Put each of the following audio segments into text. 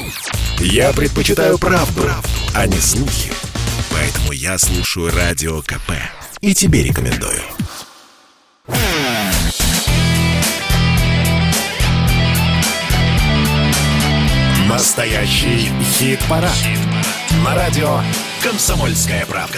Я предпочитаю правду, а не слухи. Поэтому я слушаю Радио КП. И тебе рекомендую. Настоящий хит-парад. На радио «Комсомольская правда».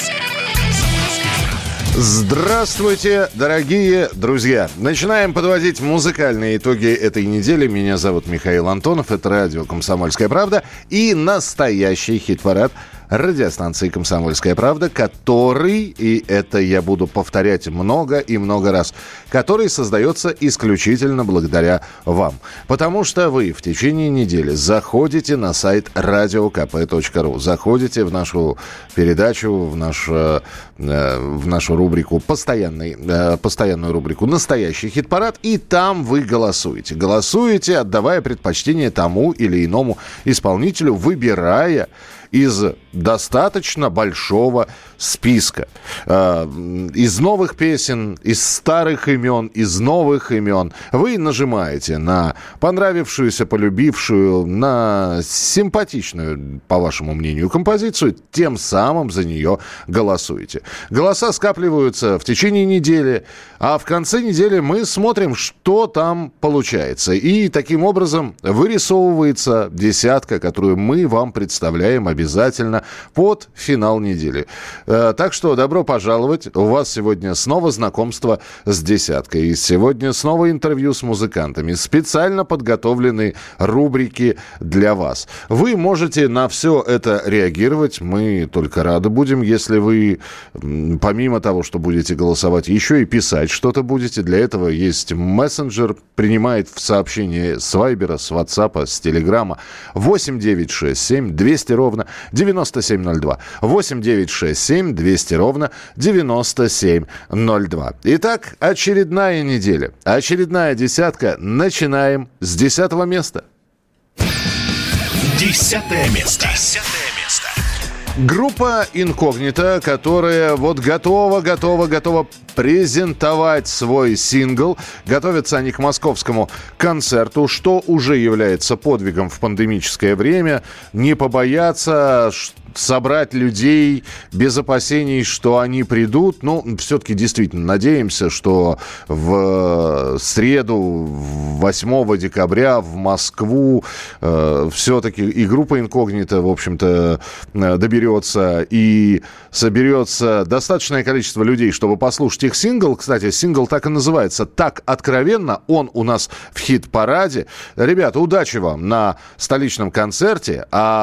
Здравствуйте, дорогие друзья. Начинаем подводить музыкальные итоги этой недели. Меня зовут Михаил Антонов. Это радио «Комсомольская правда» и настоящий хит-парад радиостанции «Комсомольская правда», который, и это я буду повторять много и много раз, который создается исключительно благодаря вам. Потому что вы в течение недели заходите на сайт radiokp.ru, заходите в нашу передачу, в нашу рубрику, постоянную рубрику «Настоящий хит-парад», и там вы голосуете. Голосуете, отдавая предпочтение тому или иному исполнителю, выбирая из достаточно большого списка. Из новых песен, из старых имен, из новых имен. Вы нажимаете на понравившуюся, полюбившую, на симпатичную, по вашему мнению, композицию, тем самым за нее голосуете. Голоса скапливаются в течение недели, а в конце недели мы смотрим, что там получается. И таким образом вырисовывается десятка, которую мы вам представляем обязательно под финал недели. Так что добро пожаловать. У вас сегодня снова знакомство с десяткой. И сегодня снова интервью с музыкантами. Специально подготовленные рубрики для вас. Вы можете на все это реагировать. Мы только рады будем, если вы, помимо того, что будете голосовать, еще и писать что-то будете. Для этого есть мессенджер. Принимает в сообщении с Вайбера, с Ватсапа, с Телеграма 8967 200 ровно 9702. 8967 200 ровно 9702. Итак, очередная неделя. Очередная десятка. Начинаем с 10-го места. 10-е место. Группа «Инкогнито», которая вот готова презентовать свой сингл. Готовятся они к московскому концерту, что уже является подвигом в пандемическое время. Не побояться собрать людей без опасений, что они придут. Ну, все-таки действительно надеемся, что в среду, 8 декабря в Москву все-таки и группа «Инкогнито», в общем-то, доберется и соберется достаточное количество людей, чтобы послушать их сингл. Кстати, сингл так и называется «Так откровенно». Он у нас в хит-параде. Ребята, удачи вам на столичном концерте.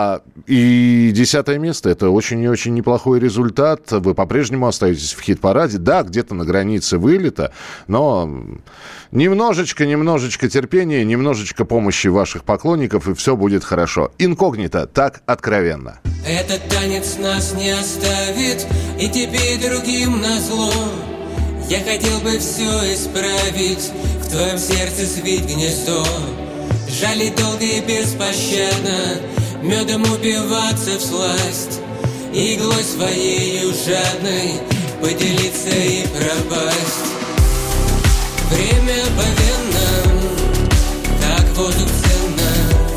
И 10-е место – это очень и очень неплохой результат. Вы по-прежнему остаетесь в хит-параде. Да, где-то на границе вылета, но немножечко терпения, немножечко помощи ваших поклонников, и все будет хорошо. «Инкогнито», «Так откровенно». Этот танец нас не оставит, и тебе, и другим назло. Я хотел бы все исправить, в твоем сердце свить гнездо. Жалить долго и беспощадно, медом упиваться всласть, иглой своею жадной поделиться и пропасть. Время по венам, как воздух ценно.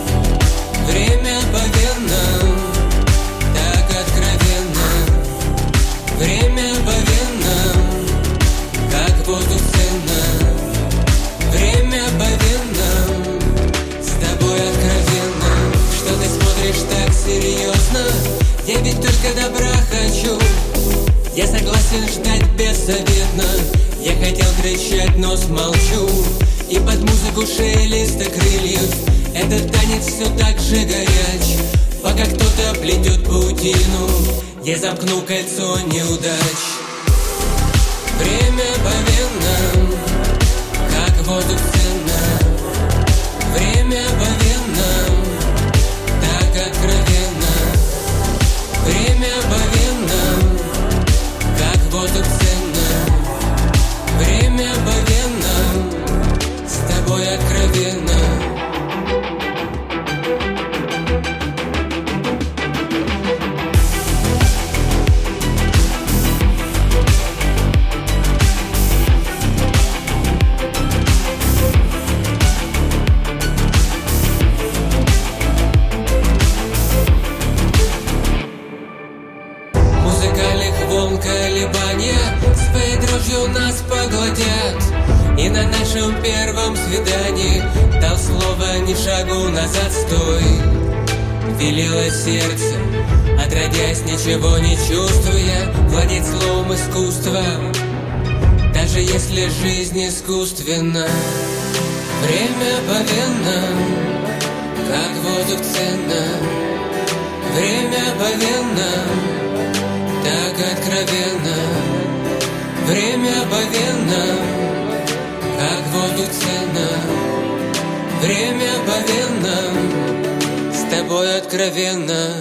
Время по венам, так откровенно. Время по венам, как воздух ценно. Время по венам, с тобой откровенно. Что ты смотришь так серьезно? Я ведь только добра хочу. Я согласен ждать беззаветно. Я хотел кричать, но смолчу. И под музыку шелеста крыльев этот танец все так же горяч. Пока кто-то плетет паутину, я замкну кольцо неудач. Время по венам, как воздух ценно. Время по венам, так откровенно. Время по венам, как воздух ценно. Время по венам, с тобой откровенно. ночью нас поглотят. И на нашем первом свидании дал слово ни шагу назад, стой. Велело сердце, отродясь ничего не чувствуя, владеть словом искусства, даже если жизнь искусственна. Время повинно, как воздух ценно. Время повинно, так откровенно. Время повинно, как воздух ценно. Время повинно, с тобой откровенно.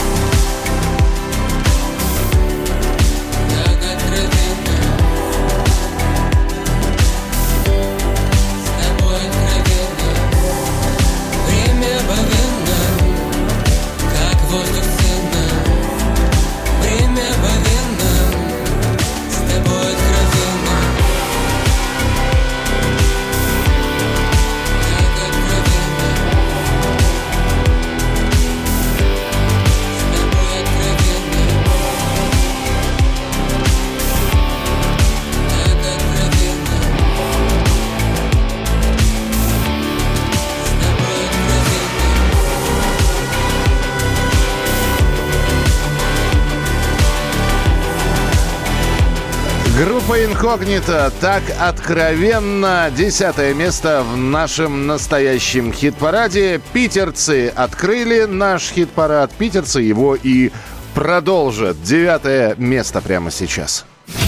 Группа «Инкогнито», так откровенно. 10 место в нашем настоящем хит-параде. Питерцы открыли наш хит-парад. Питерцы его и продолжат. 9 место прямо сейчас.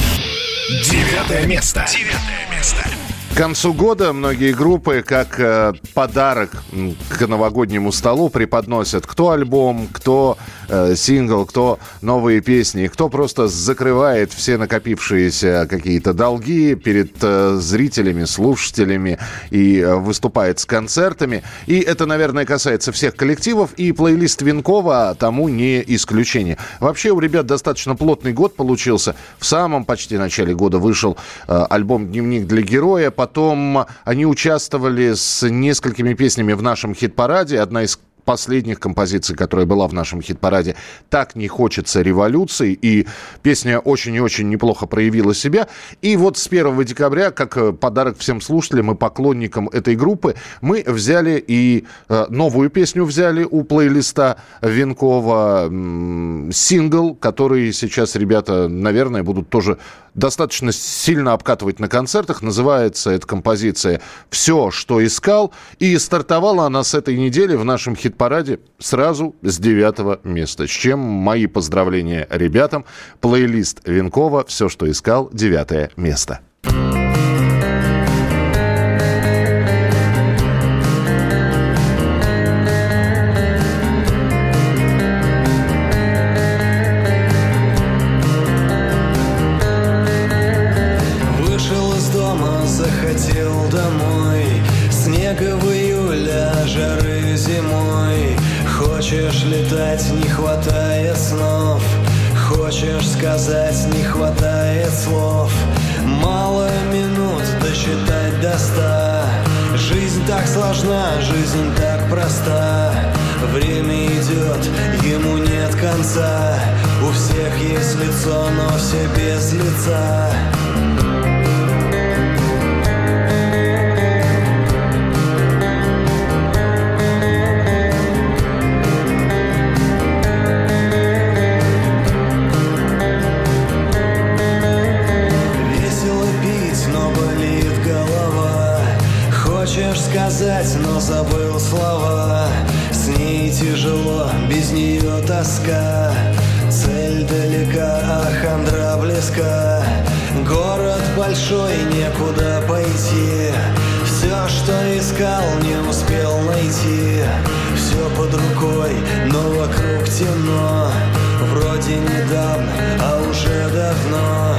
9 место. 9 место. К концу года многие группы как подарок к новогоднему столу преподносят кто альбом, кто сингл, кто новые песни, кто просто закрывает все накопившиеся какие-то долги перед зрителями, слушателями и выступает с концертами. И это, наверное, касается всех коллективов, и плейлист Венкова тому не исключение. Вообще у ребят достаточно плотный год получился. В самом почти начале года вышел альбом «Дневник для героя». Потом они участвовали с несколькими песнями в нашем хит-параде. Одна из последних композиций, которая была в нашем хит-параде, «Так не хочется революции». И песня очень и очень неплохо проявила себя. И вот с 1 декабря, как подарок всем слушателям и поклонникам этой группы, мы взяли и новую песню взяли у плейлиста Венкова. Сингл, который сейчас ребята, наверное, будут тоже достаточно сильно обкатывать на концертах. Называется эта композиция «Все, что искал». И стартовала она с этой недели в нашем хит-параде сразу с 9 места. С чем мои поздравления ребятам. Плейлист Венкова «Все, что искал», 9 место. Хочешь летать, не хватает снов. Хочешь сказать, не хватает слов. Мало минут досчитать до 100. Жизнь так сложна, жизнь так проста. Время идет, ему нет конца. У всех есть лицо, но все без лица. Но забыл слова. С ней тяжело, без нее тоска. Цель далека, а хандра близка. Город большой, некуда пойти. Все, что искал, не успел найти. Все под рукой, но вокруг темно. Вроде недавно, а уже давно.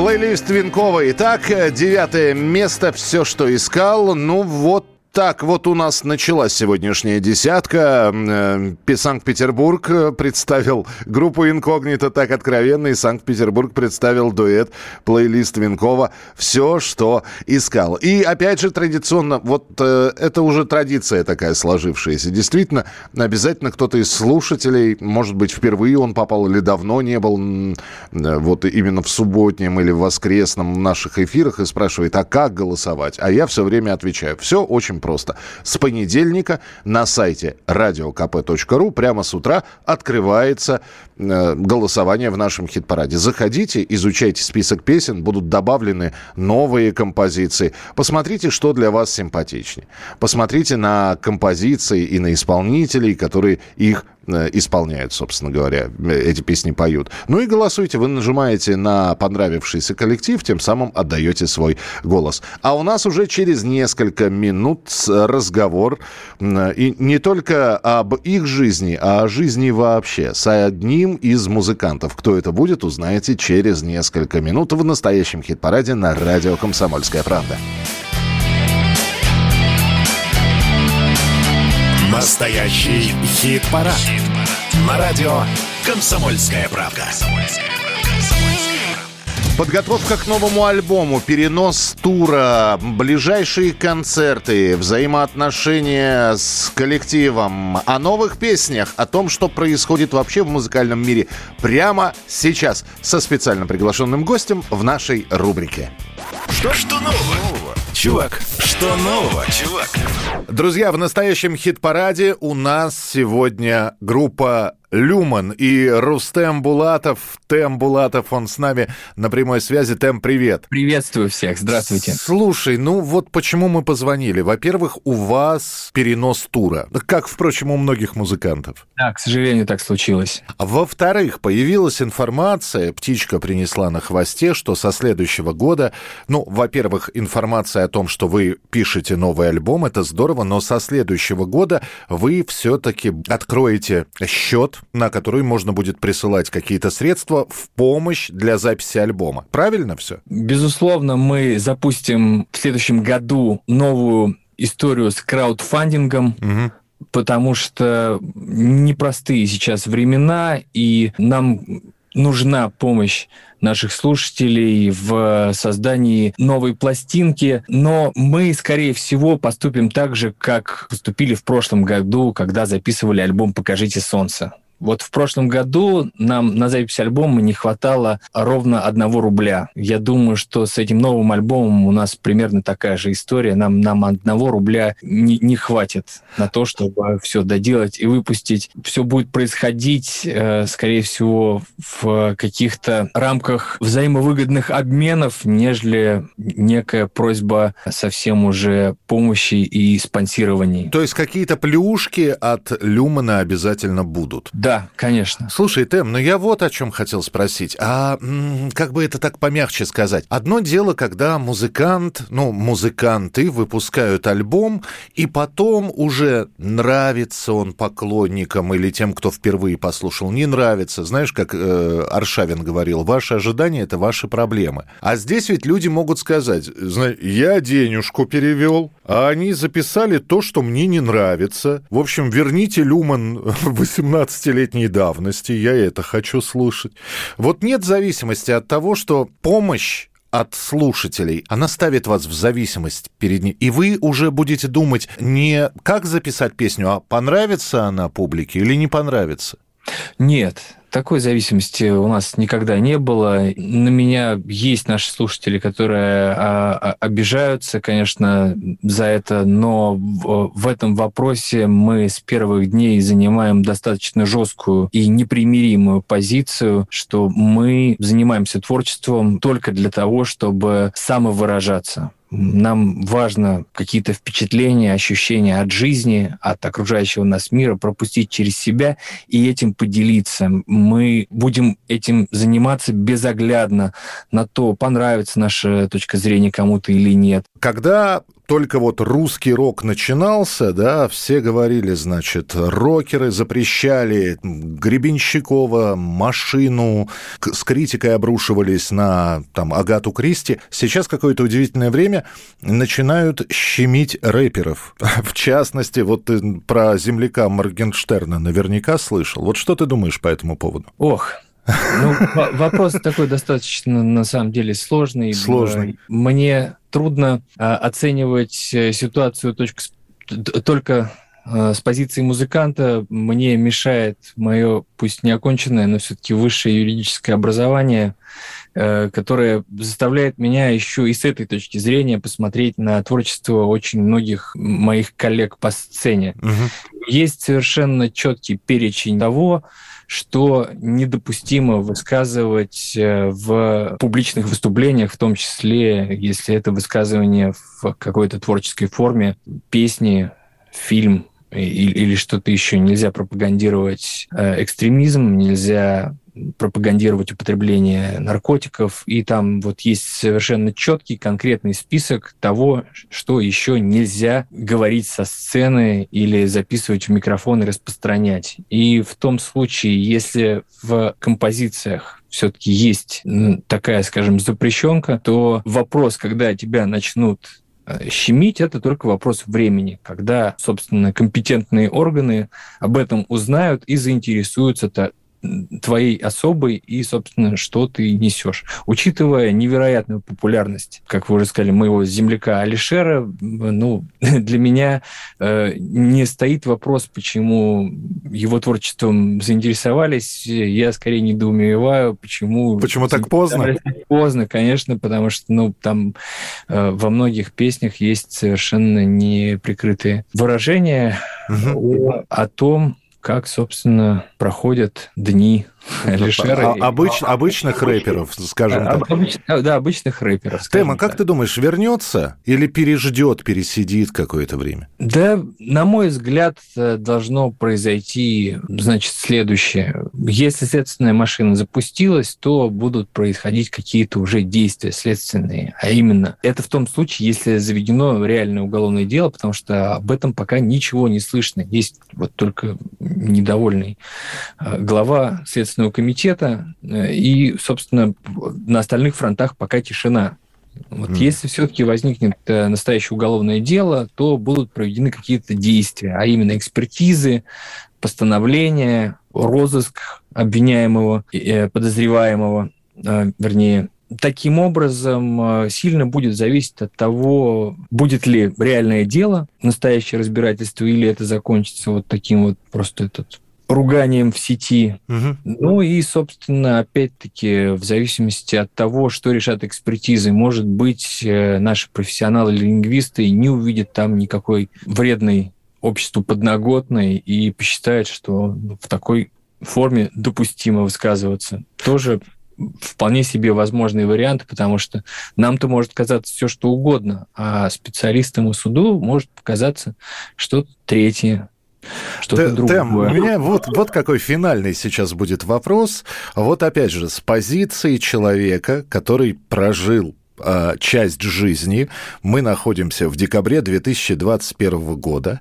Плейлист Венкова. Итак, 9 место. Все, что искал. Ну вот. Так, вот у нас началась сегодняшняя десятка. Санкт-Петербург представил группу «Инкогнито» так откровенно, и Санкт-Петербург представил дуэт «Плейлист Венкова». Все, что искал. И опять же традиционно, вот это уже традиция такая сложившаяся. Действительно, обязательно кто-то из слушателей, может быть, впервые он попал или давно не был, вот именно в субботнем или в воскресном в наших эфирах и спрашивает, а как голосовать? А я все время отвечаю. Все очень просто. С понедельника на сайте radiokp.ru прямо с утра открывается голосование в нашем хит-параде. Заходите, изучайте список песен, будут добавлены новые композиции. Посмотрите, что для вас симпатичнее. Посмотрите на композиции и на исполнителей, которые их исполняют, собственно говоря, эти песни поют. Ну и голосуйте. Вы нажимаете на понравившийся коллектив, тем самым отдаете свой голос. А у нас уже через несколько минут разговор и не только об их жизни, а о жизни вообще с одним из музыкантов. Кто это будет, узнаете через несколько минут в настоящем хит-параде на радио «Комсомольская правда». Настоящий хит-парад. На радио «Комсомольская правда». Подготовка к новому альбому, перенос тура, ближайшие концерты, взаимоотношения с коллективом, о новых песнях, о том, что происходит вообще в музыкальном мире прямо сейчас со специально приглашенным гостем в нашей рубрике. Что нового? Чувак, что нового, чувак? Друзья, в настоящем хит-параде у нас сегодня группа «Люман» и Рустем Булатов. Тем Булатов, он с нами на прямой связи. Тем, привет. Приветствую всех, здравствуйте. Слушай, ну вот почему мы позвонили. Во-первых, у вас перенос тура, как, впрочем, у многих музыкантов. Да, к сожалению, так случилось. Во-вторых, появилась информация, птичка принесла на хвосте, что со следующего года, ну, во-первых, информация о том, что вы пишете новый альбом, это здорово, но со следующего года вы все-таки откроете счет, на который можно будет присылать какие-то средства в помощь для записи альбома. Правильно все? Безусловно, мы запустим в следующем году новую историю с краудфандингом, потому что непростые сейчас времена, и нам нужна помощь наших слушателей в создании новой пластинки, но мы, скорее всего, поступим так же, как поступили в прошлом году, когда записывали альбом «Покажите солнце». Вот в прошлом году нам на запись альбома не хватало ровно 1 рубля. Я думаю, что с этим новым альбомом у нас примерно такая же история. Нам 1 рубля не хватит на то, чтобы все доделать и выпустить. Все будет происходить, скорее всего, в каких-то рамках взаимовыгодных обменов, нежели некая просьба совсем уже помощи и спонсирования. То есть какие-то плюшки от Люмана обязательно будут? Да, конечно. Слушай, Тем, ну я вот о чем хотел спросить. А как бы это так помягче сказать? Одно дело, когда музыканты выпускают альбом, и потом уже нравится он поклонникам или тем, кто впервые послушал, не нравится. Знаешь, как Аршавин говорил, ваши ожидания – это ваши проблемы. А здесь ведь люди могут сказать, я денежку перевел, а они записали то, что мне не нравится. В общем, верните Люман 18-летней давности, я это хочу слушать. Вот нет зависимости от того, что помощь от слушателей, она ставит вас в зависимость перед ним. И вы уже будете думать не как записать песню, а понравится она публике или не понравится. Нет, такой зависимости у нас никогда не было. На меня есть наши слушатели, которые обижаются, конечно, за это, но в этом вопросе мы с первых дней занимаем достаточно жесткую и непримиримую позицию, что мы занимаемся творчеством только для того, чтобы самовыражаться. Нам важно какие-то впечатления, ощущения от жизни, от окружающего нас мира пропустить через себя и этим поделиться. Мы будем этим заниматься безоглядно на то, понравится наша точка зрения кому-то или нет. Когда только вот русский рок начинался, да, все говорили, значит, рокеры запрещали Гребенщикова, Машину, с критикой обрушивались на там Агату Кристи. Сейчас какое-то удивительное время начинают щемить рэперов. В частности, вот ты про земляка Моргенштерна наверняка слышал. Вот что ты думаешь по этому поводу? Ох, ну, вопрос такой достаточно, на самом деле, сложный. Мне трудно оценивать ситуацию только с позиции музыканта. Мне мешает мое, пусть не оконченное, но все-таки высшее юридическое образование, которое заставляет меня еще и с этой точки зрения посмотреть на творчество очень многих моих коллег по сцене. Угу. Есть совершенно четкий перечень того, что недопустимо высказывать в публичных выступлениях, в том числе, если это высказывание в какой-то творческой форме, песни, фильм или что-то еще. Нельзя пропагандировать экстремизм, нельзя пропагандировать употребление наркотиков, и там вот есть совершенно четкий, конкретный список того, что еще нельзя говорить со сцены или записывать в микрофон и распространять. И в том случае, если в композициях все-таки есть такая, скажем, запрещенка, то вопрос, когда тебя начнут щемить, это только вопрос времени, когда, собственно, компетентные органы об этом узнают и заинтересуются твоей особой и, собственно, что ты несешь. Учитывая невероятную популярность, как вы уже сказали, моего земляка Алишера, ну, для меня не стоит вопрос, почему его творчеством заинтересовались. Я скорее недоумеваю, почему... Почему так поздно? Поздно, конечно, потому что, ну, там во многих песнях есть совершенно неприкрытые выражения о том, как, собственно, проходят дни Алишера. Обычных рэперов, скажем так. Обычных рэперов. Тема, как ты думаешь, вернется или пересидит какое-то время? Да, на мой взгляд, должно произойти, значит, следующее. Если следственная машина запустилась, то будут происходить какие-то уже действия следственные. А именно, это в том случае, если заведено реальное уголовное дело, потому что об этом пока ничего не слышно. Есть вот только недовольный глава Следственного комитета, и, собственно, на остальных фронтах пока тишина. Вот если все-таки возникнет настоящее уголовное дело, то будут проведены какие-то действия, а именно экспертизы, постановления, розыск обвиняемого, подозреваемого, вернее. Таким образом, сильно будет зависеть от того, будет ли реальное дело, настоящее разбирательство, или это закончится вот таким вот просто руганием в сети. Ну и, собственно, опять-таки, в зависимости от того, что решат экспертизы, может быть, наши профессионалы-лингвисты не увидят там никакой вредной обществу подноготной и посчитают, что в такой форме допустимо высказываться. Тоже вполне себе возможный вариант, потому что нам-то может казаться все, что угодно, а специалистам и суду может показаться что-то третье, что-то другое. Тэм, у меня вот какой финальный сейчас будет вопрос. Вот опять же, с позиции человека, который прожил часть жизни. Мы находимся в декабре 2021 года.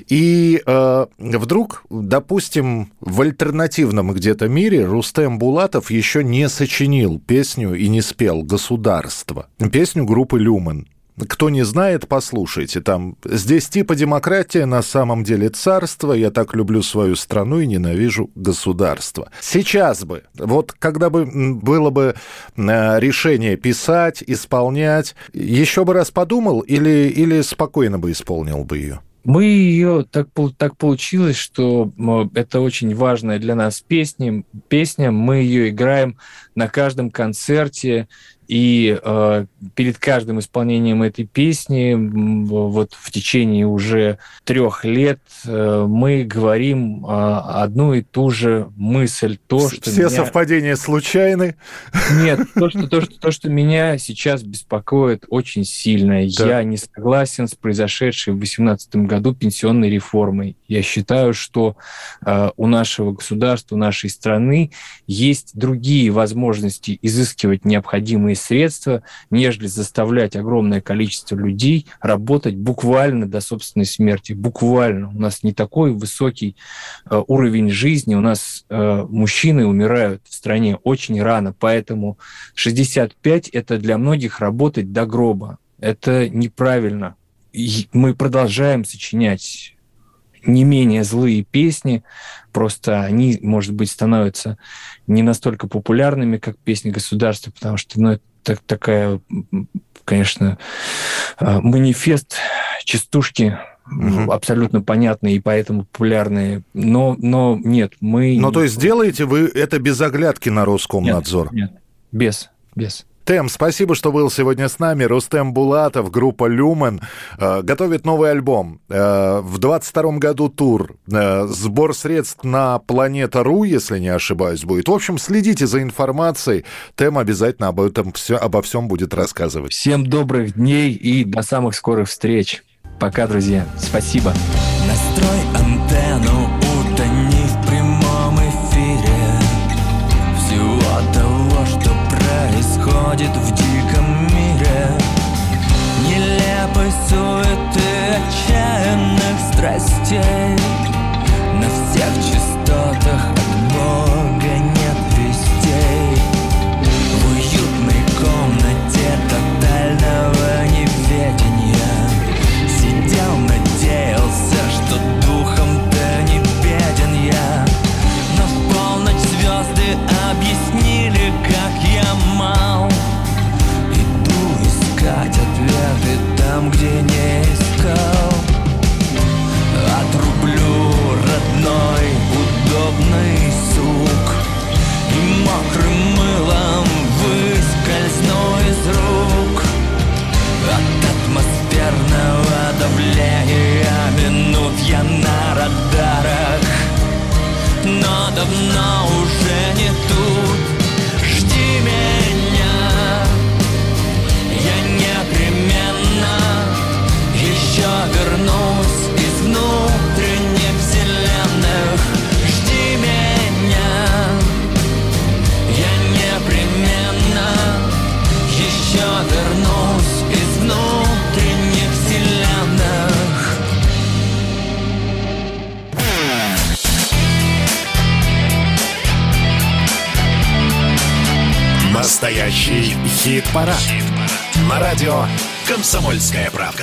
И вдруг, допустим, в альтернативном где-то мире Рустем Булатов еще не сочинил песню и не спел «Государство». Песню группы «Люмен». Кто не знает, послушайте. Там здесь типа демократия, на самом деле царство. Я так люблю свою страну и ненавижу государство. Сейчас бы, вот когда бы было бы решение писать, исполнять, еще бы раз подумал или спокойно бы исполнил бы ее? Мы ее так получилось, что это очень важная для нас песня. Мы ее играем на каждом концерте. И перед каждым исполнением этой песни, вот в течение уже 3 лет, мы говорим одну и ту же мысль. Все совпадения случайны? Нет, то, что меня сейчас беспокоит очень сильно. Да. Я не согласен с произошедшей в 2018 году пенсионной реформой. Я считаю, что у нашего государства, у нашей страны есть другие возможности изыскивать необходимые средства, нежели заставлять огромное количество людей работать буквально до собственной смерти. Буквально. У нас не такой высокий уровень жизни. У нас мужчины умирают в стране очень рано, поэтому 65 – это для многих работать до гроба. Это неправильно. И мы продолжаем сочинять не менее злые песни, просто они, может быть, становятся не настолько популярными, как песни государства, потому что, это такая, конечно, манифест частушки, абсолютно понятные и поэтому популярные, но нет, мы... То есть делаете вы это без оглядки на Роскомнадзор? Нет, без. Тем, спасибо, что был сегодня с нами. Рустем Булатов, группа «Люмен», готовит новый альбом. В 2022 году тур. Сбор средств на Планета.ру, если не ошибаюсь, будет. В общем, следите за информацией. Тем обязательно обо всем будет рассказывать. Всем добрых дней и до самых скорых встреч. Пока, друзья. Спасибо. Настрой антенну, утони в прямом эфире всего того, что происходит в диком мире. Нелепой суеты отчаянных страстей. На всех частотах от Бога нет вестей. В уютной комнате тотального неведения сидел, надеялся, что духом-то не беден я. Но в полночь звезды объяснили, как я мал. Иду искать ответы там, где не искал. Отрублю родной удобный сук и мокрым мылом выскользну из рук. От атмосферного давления минут я на радарах, но давно уже не тут. Жди меня, я непременно еще вернусь из внутренних вселенных. Жди меня, я непременно еще вернусь из внутренних вселенных. Настоящий хит-парад. На радио «Комсомольская правда».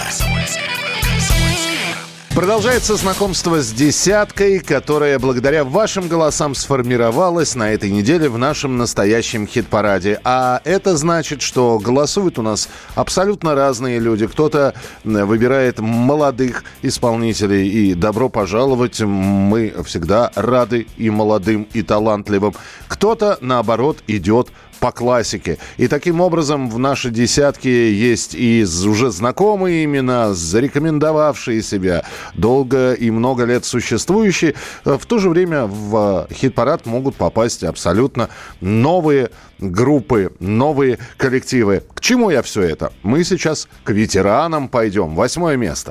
Продолжается знакомство с десяткой, которая благодаря вашим голосам сформировалась на этой неделе в нашем настоящем хит-параде. А это значит, что голосуют у нас абсолютно разные люди. Кто-то выбирает молодых исполнителей, и добро пожаловать, мы всегда рады и молодым, и талантливым. Кто-то, наоборот, идет по классике. И таким образом в нашей десятке есть и уже знакомые имена, зарекомендовавшие себя, долго и много лет существующие. В то же время в хит-парад могут попасть абсолютно новые группы, новые коллективы. К чему я все это? Мы сейчас к ветеранам пойдем. 8 место.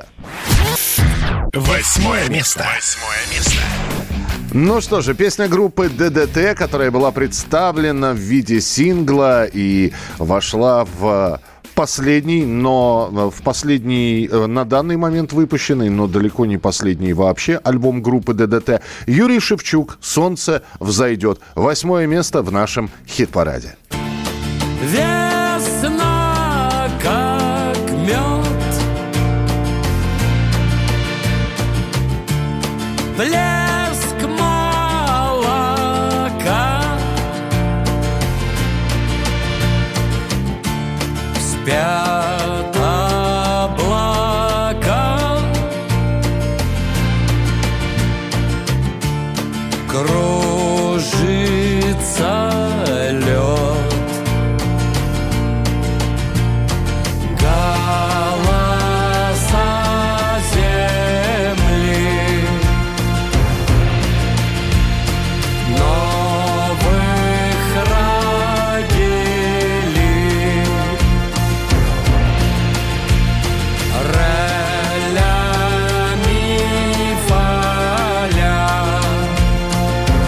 8 место. Ну что же, песня группы ДДТ, которая была представлена в виде сингла и вошла в последний, на данный момент выпущенный, но далеко не последний вообще альбом группы ДДТ. Юрий Шевчук «Солнце взойдет». 8 место в нашем хит-параде. Весна, как мед, блеск молока, спят облака, кружится лед, голоса земли, новых родили, ролями фаля,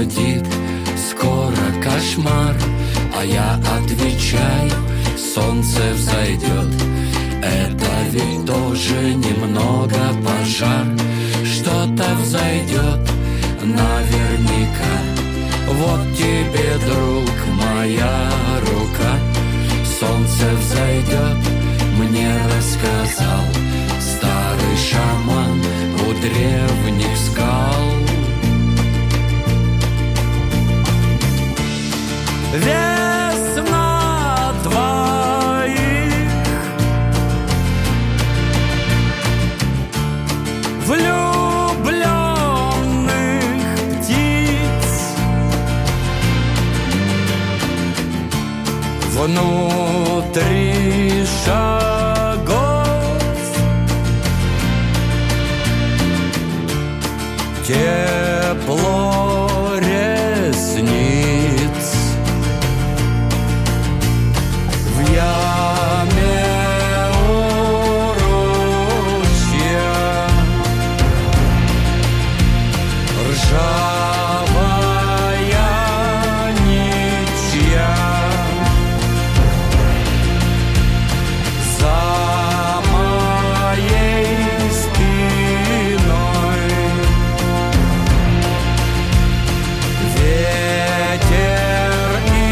твердит: скоро кошмар. А я отвечаю: солнце взойдет. Это ведь тоже немного пожар. Что-то взойдет наверняка. Вот тебе, друг, моя рука. Солнце взойдет, мне рассказал старый шаман у древних скал. Весна двоих влюбленных птиц внутри шагов тепло ресниц. В яме у ручья ржавая нитья. За моей спиной ветер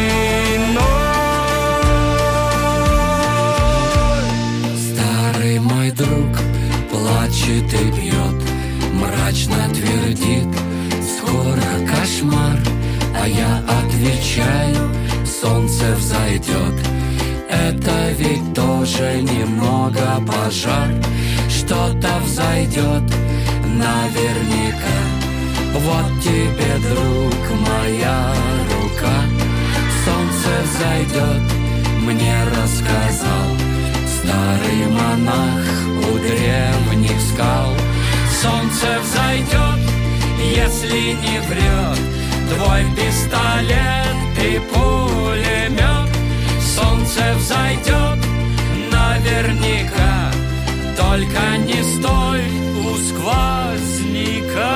иной. Старый мой друг плачет и пьет, мрачно твердит: скоро кошмар. А я отвечаю: солнце взойдет. Это ведь тоже немного пожар. Что-то взойдет наверняка. Вот тебе, друг, моя рука. Солнце взойдет, мне рассказал старый монах у древних скал. Солнце взойдет, если не врет твой пистолет и пулемет. Солнце взойдет наверняка, только не стой у сквозняка.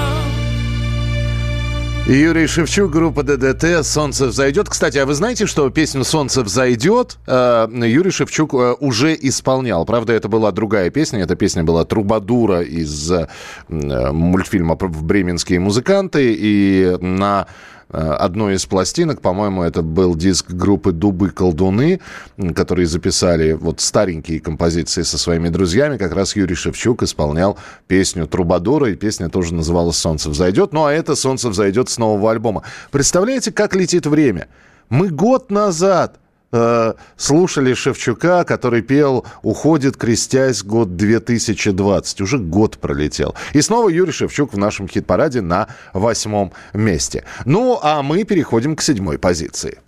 Юрий Шевчук, группа ДДТ, «Солнце взойдет». Кстати, а вы знаете, что песню «Солнце взойдет» Юрий Шевчук уже исполнял? Правда, это была другая песня. Эта песня была «Трубадура» из мультфильма «Бременские музыканты». И на одной из пластинок, по-моему, это был диск группы «Дубы-колдуны», которые записали вот старенькие композиции со своими друзьями. Как раз Юрий Шевчук исполнял песню «Трубадура», и песня тоже называлась «Солнце взойдет». Ну, а это «Солнце взойдет» с нового альбома. Представляете, как летит время? Мы год назад слушали Шевчука, который пел «Уходит, крестясь, год 2020». Уже год пролетел. И снова Юрий Шевчук в нашем хит-параде на 8 месте. Ну, а мы переходим к 7-й позиции.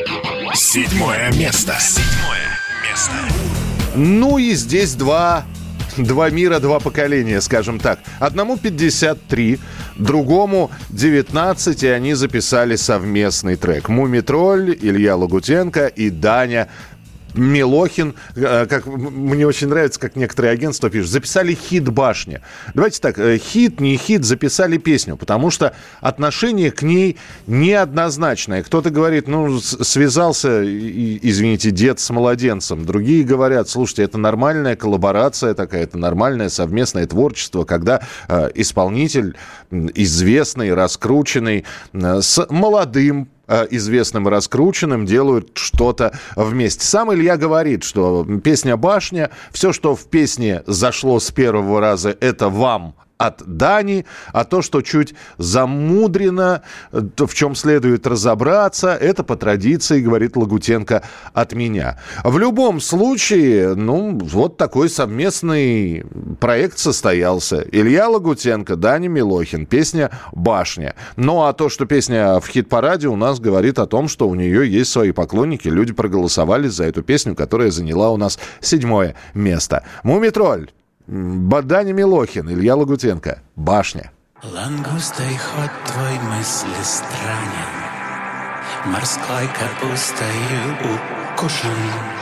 7 место. 7 место. Ну и здесь два мира, два поколения, скажем так. Одному 53, другому 19, и они записали совместный трек. Мумий-тролль, Илья Лагутенко и Даня Милохин. Как, мне очень нравится, как некоторые агентства пишут. Записали хит «Башня». Давайте так, хит, не хит, записали песню, потому что отношение к ней неоднозначное. Кто-то говорит, ну, связался, извините, дед с младенцем. Другие говорят, слушайте, это нормальная коллаборация такая, это нормальное совместное творчество, когда исполнитель известный, раскрученный, с молодым, известным и раскрученным делают что-то вместе. Сам Илья говорит, что песня «Башня», все, что в песне зашло с первого раза, это вам от Дани, а то, что чуть замудрено, то, в чем следует разобраться, это по традиции, говорит Лагутенко, от меня. В любом случае, ну, вот такой совместный проект состоялся. Илья Лагутенко, Даня Милохин, песня «Башня». Ну, а то, что песня в хит-параде, у нас говорит о том, что у нее есть свои поклонники. Люди проголосовали за эту песню, которая заняла у нас 7 место. «Мумий-тролль». Даня Милохин, Илья Лагутенко. «Башня». Лангустой ход твой мысли странен, морской капустою укушен.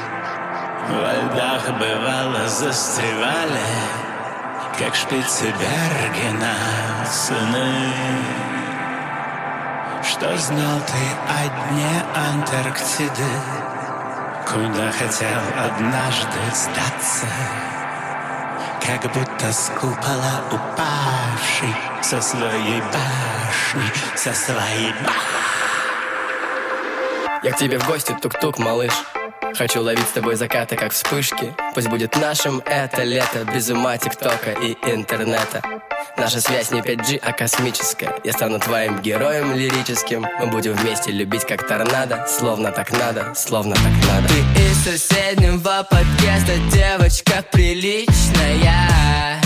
Во льдах бывало застревали, как Шпицбергена сыны. что знал ты о дне Антарктиды, куда хотел однажды сдаться, как будто с купола упавший со своей башни, со своей башни. Я к тебе в гости, тук-тук, малыш. Хочу ловить с тобой закаты, как вспышки. Пусть будет нашим это лето, без ума тиктока и интернета. Наша связь не 5G, а космическая. Я стану твоим героем лирическим. Мы будем вместе любить, как торнадо. Словно так надо, словно так надо. Ты из соседнего подъезда, девочка приличная.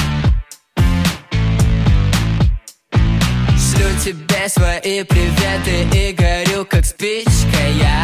Шлю тебе свои приветы и горю, как спичка я.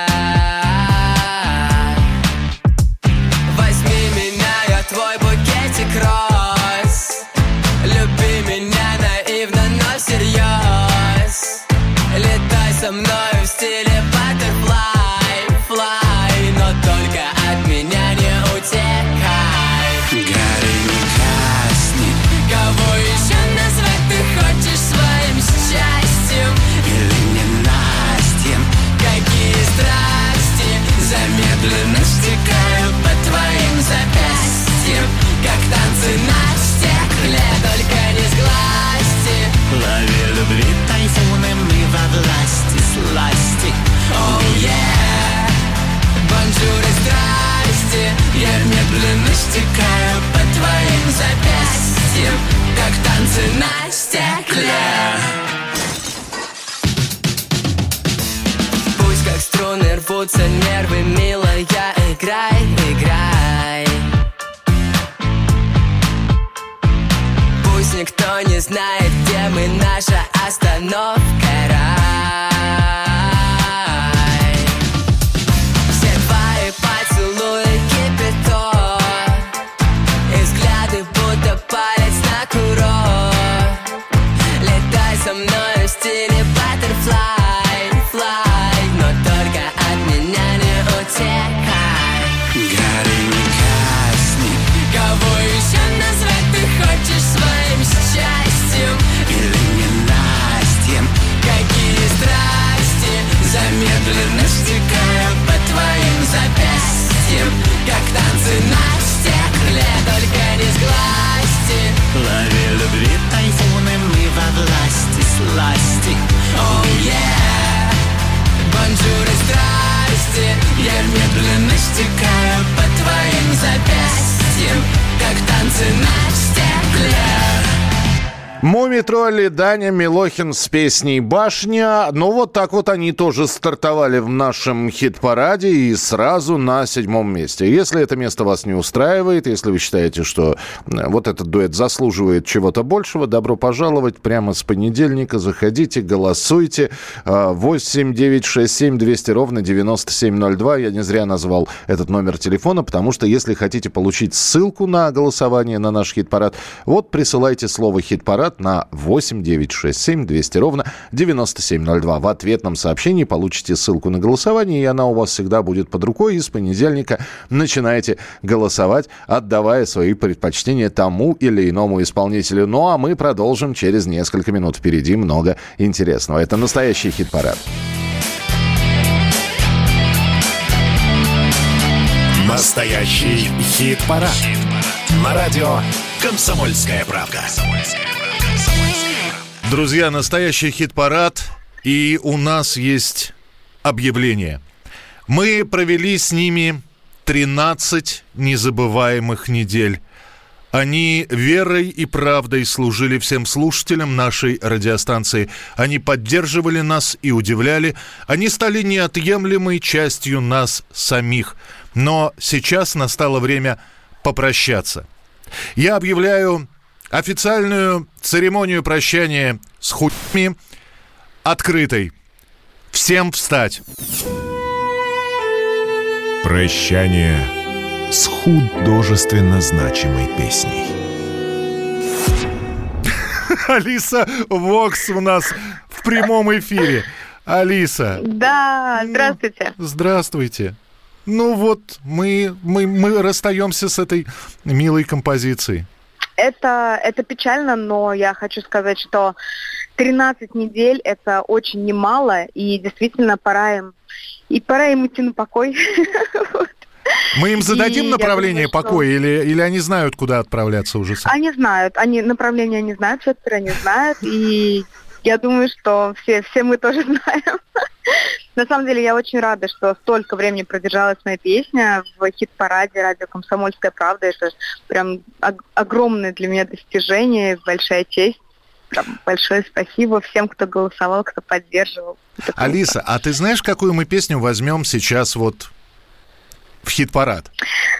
Возьми меня, я твой букетик роз. Люби меня наивно, но всерьез. Летай со мной в стиле butterfly, fly, но только от меня не утекай. Гори, не гасни. Кого еще назвать ты хочешь своим счастьем? Или ненастьем? Какие страсти замедленно стекают по твоим запястьям, как танцы на стекле, только не сглазьте. Лови любви тайфуны, мы во власти сласти. Oh yeah, бонжур и здрасте. Я медленно стекаю по твоим запястьям, как танцы на стекле. Пусть как струны рвутся нервы, милая, играй, играй. Пусть никто не знает, где мы, наша остановка, рай. Все твои поцелуи кипяток, и взгляды будто палец на курок. Летай со мной в стиле butterfly, fly, но только от меня не утекай. Гори, не гасни. Кого еще назвать ты хочешь своим счастьем? Или ненастьем? Какие страсти замедленно стекают по твоим запястьям, как танцы на стекле, только не сглазьте. Лови любви тайфуны, мы во власти сласти. Oh yeah, бонжур и здрасте. Я медленно стекаю по твоим запястьям, как танцы на стекле. Мумий-тролли, Даня Милохин с песней «Башня». Ну, вот так вот они тоже стартовали в нашем хит-параде и сразу на 7-м месте. Если это место вас не устраивает, если вы считаете, что вот этот дуэт заслуживает чего-то большего, добро пожаловать прямо с понедельника. Заходите, голосуйте. 8-967-200-97-02. Я не зря назвал этот номер телефона, потому что если хотите получить ссылку на голосование на наш хит-парад, вот присылайте слово «хит-парад» на 8-967-200-97-02. В ответном сообщении получите ссылку на голосование, и она у вас всегда будет под рукой. И с понедельника начинаете голосовать, отдавая свои предпочтения тому или иному исполнителю. Ну, а мы продолжим через несколько минут. Впереди много интересного. Это настоящий хит-парад. Настоящий хит-парад. На радио «Комсомольская правда». Друзья, настоящий хит-парад, и у нас есть объявление. Мы провели с ними 13 незабываемых недель. Они верой и правдой служили всем слушателям нашей радиостанции. Они поддерживали нас и удивляли. Они стали неотъемлемой частью нас самих. Но сейчас настало время попрощаться. Я объявляю официальную церемонию прощания с хуйми открытой. Всем встать. Прощание с художественно значимой песней. Алиса Вокс у нас в прямом эфире. Алиса. Да, здравствуйте. Здравствуйте. Ну вот, мы расстаемся с этой милой композицией. Это печально, но я хочу сказать, что 13 недель – это очень немало, и действительно пора им идти на покой. Мы им зададим направление покоя, или они знают, куда отправляться уже сами? Они знают, направление они знают, все они знают, и я думаю, что все мы тоже знаем. На самом деле, я очень рада, что столько времени продержалась моя песня в хит-параде «Радио Комсомольская правда». Это прям огромное для меня достижение, большая честь. Прям большое спасибо всем, кто голосовал, кто поддерживал. Алиса, а ты знаешь, какую мы песню возьмем сейчас вот в хит-парад?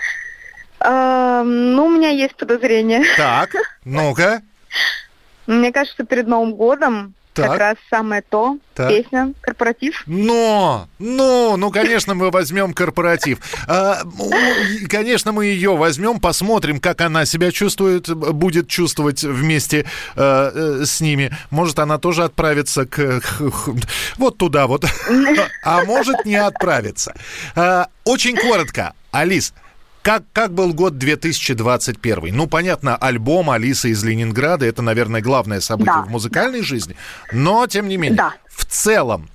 У меня есть подозрение. Так, ну-ка. Мне кажется, перед Новым годом так. Как раз самое то, так. Песня «Корпоратив». Ну, конечно, мы возьмем «Корпоратив». Конечно, мы ее возьмем, посмотрим, как она себя чувствует, будет чувствовать вместе с ними. Может, она тоже отправится вот туда вот, а может, не отправится. Очень коротко, Алис, как был год 2021? Ну, понятно, альбом «Алиса из Ленинграда» — это, наверное, главное событие в музыкальной жизни. Но, тем не менее, в целом,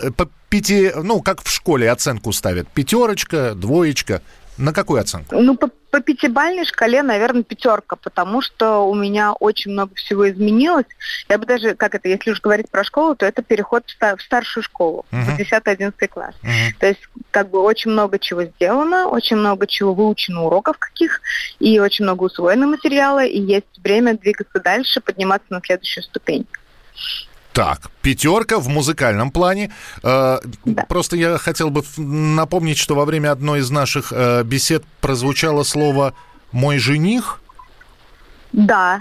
как в школе оценку ставят? 5, 2? На какую оценку? По 5-бальной шкале, наверное, 5, потому что у меня очень много всего изменилось. Я бы даже, если уж говорить про школу, то это переход в старшую школу, в 10-11 класс. То есть, очень много чего сделано, очень много чего выучено, уроков каких, и очень много усвоено материала, и есть время двигаться дальше, подниматься на следующую ступень. Так, 5 в музыкальном плане. Просто я хотел бы напомнить, что во время одной из наших бесед прозвучало слово «мой жених». Да.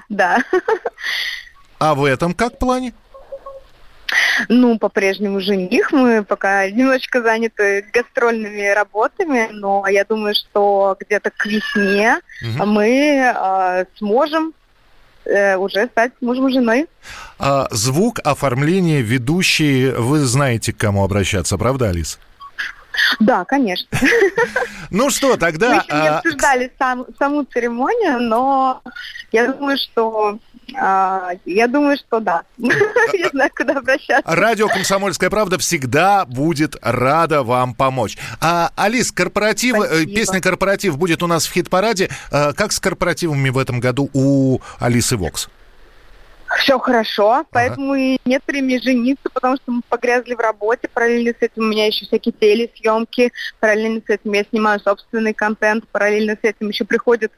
А в этом как плане? По-прежнему жених. Мы пока немножечко заняты гастрольными работами, но я думаю, что где-то к весне мы сможем уже стать мужем и женой. Звук, оформление, ведущие, вы знаете, к кому обращаться, правда, Алис? Да, конечно. Ну что, тогда... Мы еще не обсуждали саму церемонию, но я думаю, что да. Я знаю, куда обращаться. Радио «Комсомольская правда» всегда будет рада вам помочь. Алис, песня «Корпоратив» будет у нас в хит-параде. Как с корпоративами в этом году у Алисы Вокс? Все хорошо, поэтому и нет времени жениться, потому что мы погрязли в работе. Параллельно с этим у меня еще всякие телесъемки, параллельно с этим я снимаю собственный контент, параллельно с этим еще приходит,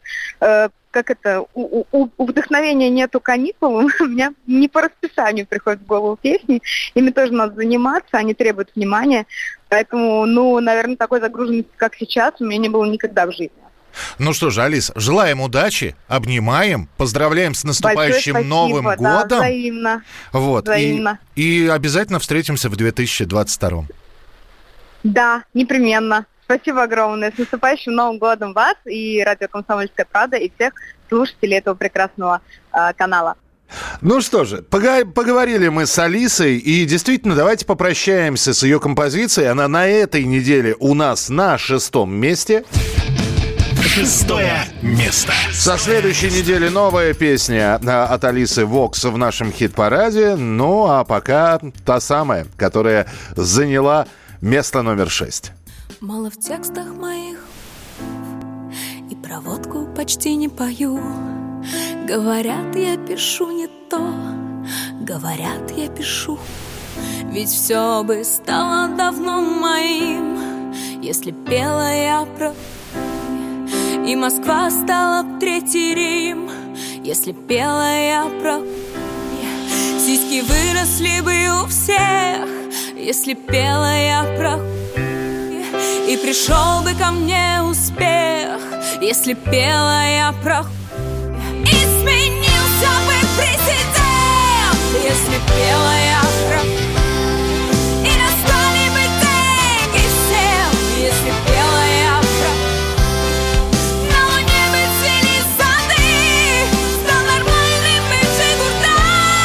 у вдохновения нету каникул, у меня не по расписанию приходят в голову песни, ими тоже надо заниматься, они требуют внимания, поэтому, наверное, такой загруженности, как сейчас, у меня не было никогда в жизни. Ну что же, Алис, желаем удачи, обнимаем, поздравляем с наступающим Новым годом. Да, взаимно. Взаимно. И обязательно встретимся в 2022. Да, непременно. Спасибо огромное. С наступающим Новым годом вас и радио «Комсомольская правда» и всех слушателей этого прекрасного канала. Ну что же, поговорили мы с Алисой, и действительно, давайте попрощаемся с ее композицией. Она на этой неделе у нас на 6-м месте. 6-е место. Со следующей недели новая песня от Алисы Вокс в нашем хит-параде. Ну, а пока та самая, которая заняла место номер 6. Мало в текстах моих, и про водку почти не пою. Говорят, я пишу не то, говорят, я пишу. Ведь все бы стало давно моим, если пела я про... И Москва стала б третий Рим, если пела я про... Сиськи выросли бы у всех, если пела я про... И пришел бы ко мне успех, если пела я про... И сменился бы президент, если пела я про... И настали бы деньги всем, если пела я про... На луне бы цвели сады, стал нормальным бы Джигурда.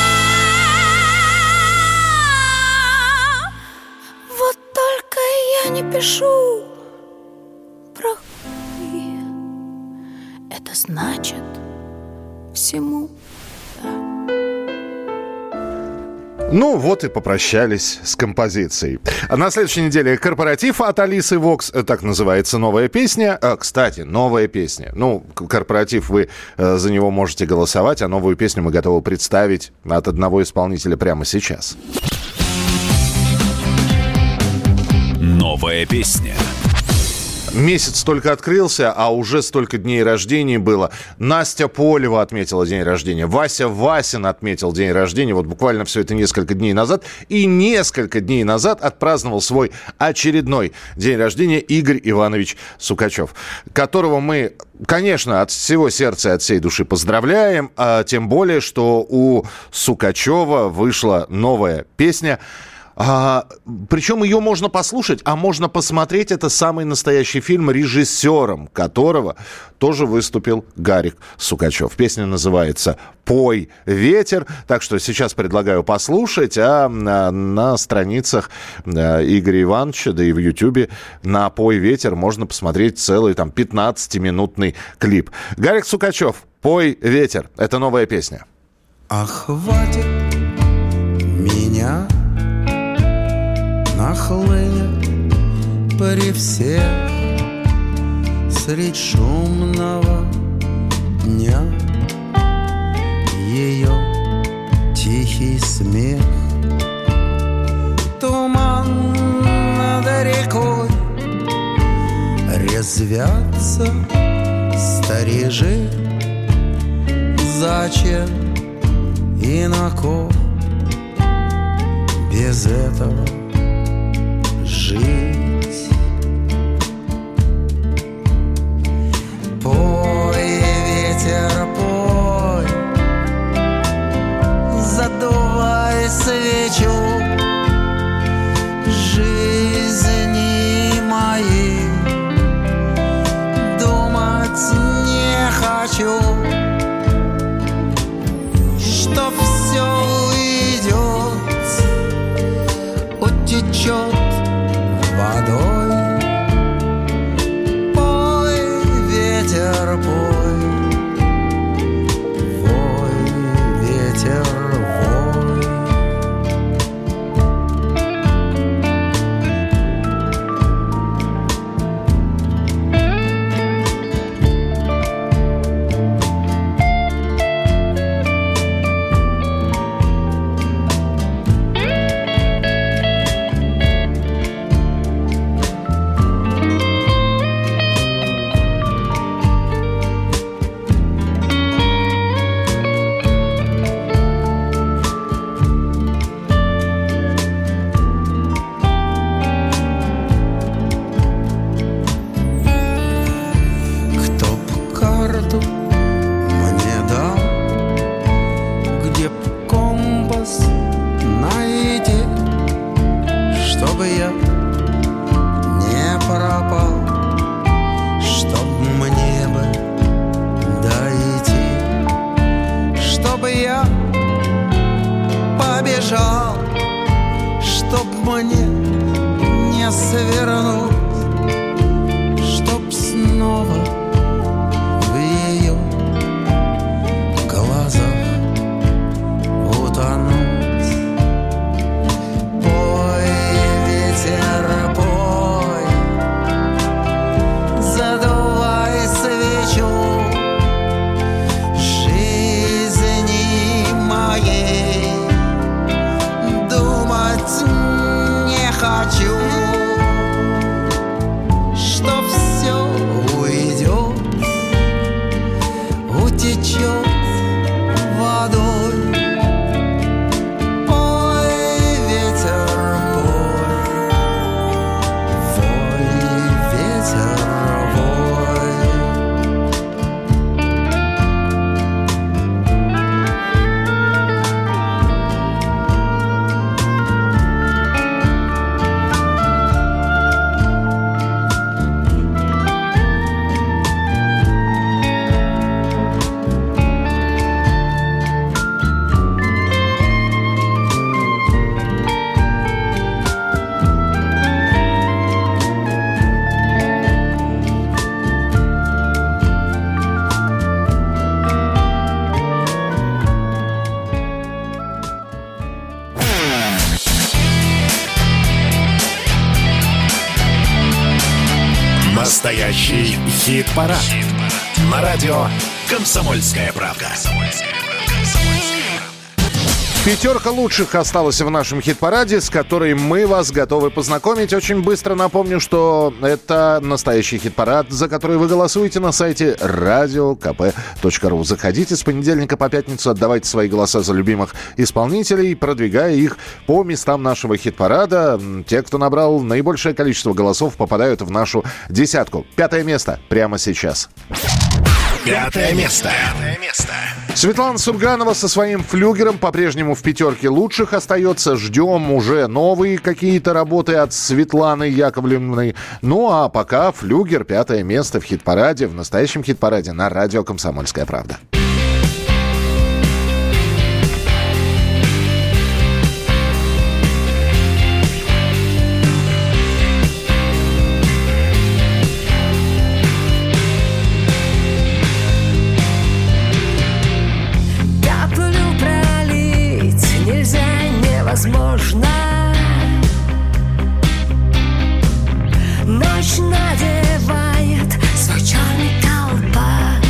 Вот только я не пишу про... Это значит... Все всему. Ну вот и попрощались с композицией. А на следующей неделе корпоратив от Алисы Вокс. Так называется новая песня. Кстати, новая песня. Ну, корпоратив, вы за него можете голосовать, а новую песню мы готовы представить от одного исполнителя прямо сейчас. Новая песня. Месяц только открылся, а уже столько дней рождения было. Настя Полева отметила день рождения. Вася Васин отметил день рождения. Вот буквально все это несколько дней назад. И несколько дней назад отпраздновал свой очередной день рождения Игорь Иванович Сукачев, которого мы, конечно, от всего сердца и от всей души поздравляем. А тем более, что у Сукачева вышла новая песня. Причем ее можно послушать, а можно посмотреть. Это самый настоящий фильм, режиссером которого тоже выступил Гарик Сукачев. Песня называется «Пой, ветер». Так что сейчас предлагаю послушать, а на страницах Игоря Ивановича, да и в Ютьюбе на «Пой, ветер» можно посмотреть целый там 15-минутный клип. Гарик Сукачев, «Пой, ветер». Это новая песня. Охватит меня нахлынет при всех средь шумного дня ее тихий смех. Туман над рекой резвятся сторожи. Зачем и на кой без этого жить? Пой, ветер, пой, задувай свечу жизни моей. Думать не хочу, что все уйдет, утечет водой. Пой, ветер, пой, вой, ветер, вой. Хочу, что все уйдет. Настоящий хит-парад. На радио «Комсомольская правда». Пятерка лучших осталась в нашем хит-параде, с которой мы вас готовы познакомить. Очень быстро напомню, что это настоящий хит-парад, за который вы голосуете на сайте radiokp.ru. Заходите с понедельника по пятницу, отдавайте свои голоса за любимых исполнителей, продвигая их по местам нашего хит-парада. Те, кто набрал наибольшее количество голосов, попадают в нашу десятку. 5 место прямо сейчас. 5 место. Светлана Сурганова со своим «Флюгером» по-прежнему в пятерке лучших остается. Ждем уже новые какие-то работы от Светланы Яковлевны. Ну а пока «Флюгер» 5 место в хит-параде, в настоящем хит-параде на радио «Комсомольская правда». Возможно, ночь надевает свой черный колпак.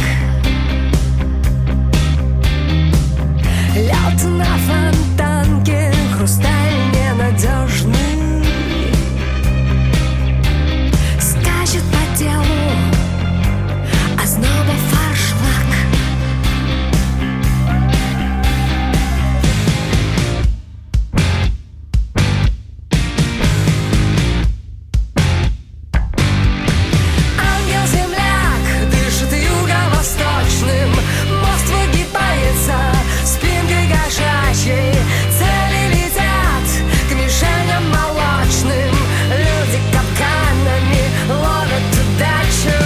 Лед на фонтанке, хрусталь ненадежный, скачет по телу озноба фаршлаг. Цели летят к мишеням молочным. Люди капканами ловят удачу.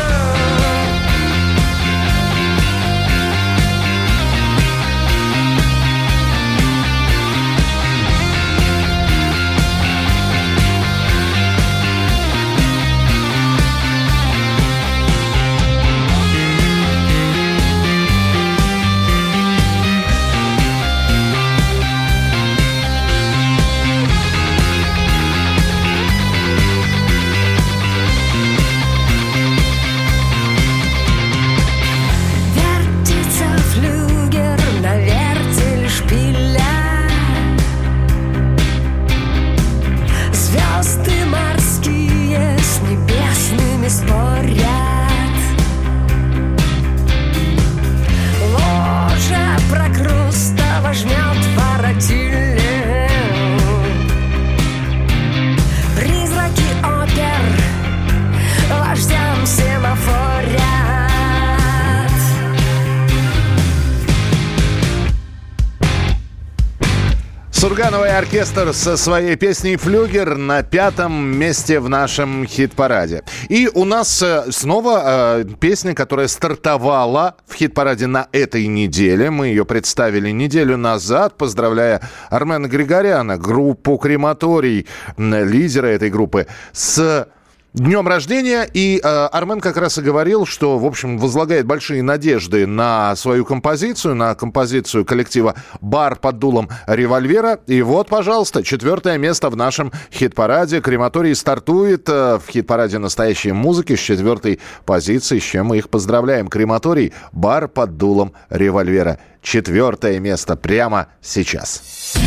Сурганова и оркестр со своей песней «Флюгер» на 5 месте в нашем хит-параде. И у нас снова песня, которая стартовала в хит-параде на этой неделе. Мы ее представили неделю назад, поздравляя Армена Григоряна, группу «Крематорий», лидера этой группы, с днем рождения. И Армен как раз и говорил, что, в общем, возлагает большие надежды на свою композицию, на композицию коллектива «Бар под дулом револьвера». И вот, пожалуйста, 4 место в нашем хит-параде. «Крематорий» стартует в хит-параде настоящей музыки с 4 позиции, с чем мы их поздравляем. «Крематорий», «Бар под дулом револьвера». 4 место прямо сейчас.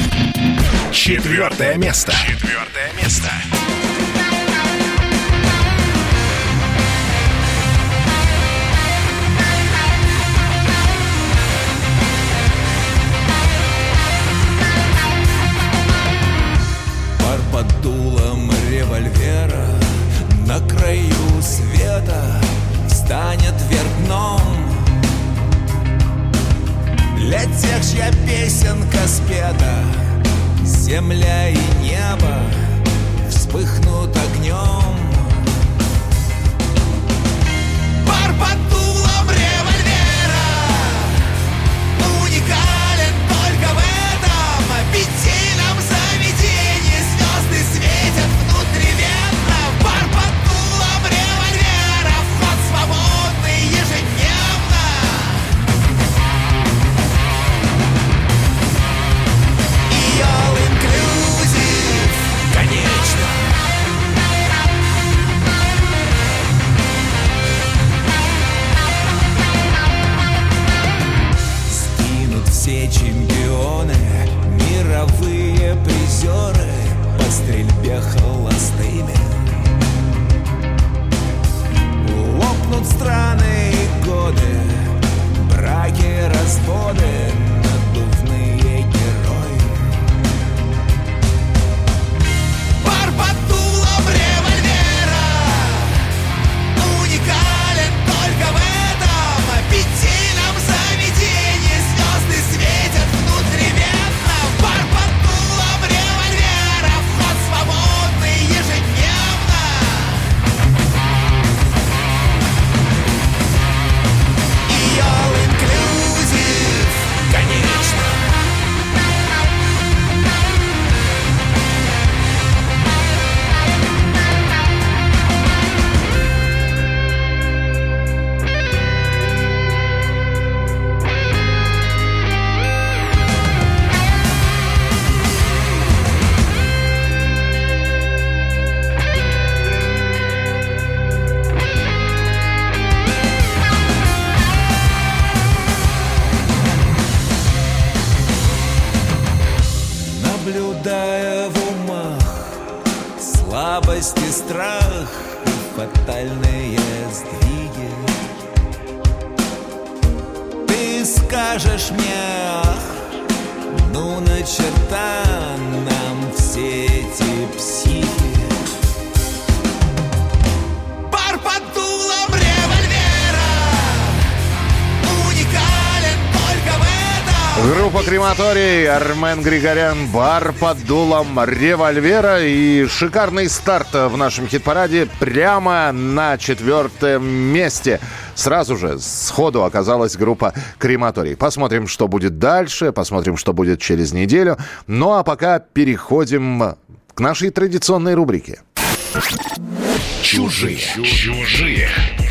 4 место. 4 место. Под дулом револьвера на краю света встанет вверх дном. Для тех, чья песенка спета, земля и небо вспыхнут огнем. Бар под дулом револьвера уникален только в этом питейном заведении. Звезды светят внутривенно. Бар под дулом револьвера, вход свободный ежедневно. И all inclusive, конечно. чемпионы, мировые призеры по стрельбе холостыми. Лопнут страны и годы, браки, разводы, надувные герои. Бар под дулом револьвера уникален только в этом питейном заведении. Звезды светят внутривенно. Бар под дулом револьвера, вход свободный ежедневно. И all inclusive, конечно. Наблюдая в умах слабость и страх и фатальные сдвиги, ты скажешь мне, ах, ну начерта нам все эти психи. Бар под дулом револьвера уникален только в этом. Группа «Крематорий», Армен Григорян, «Бар под дулом револьвера». И шикарный старт в нашем хит-параде прямо на 4-м месте. Сразу же сходу оказалась группа «Крематорий». Посмотрим, что будет дальше, посмотрим, что будет через неделю. Ну а пока переходим к нашей традиционной рубрике. Чужие. Чужие.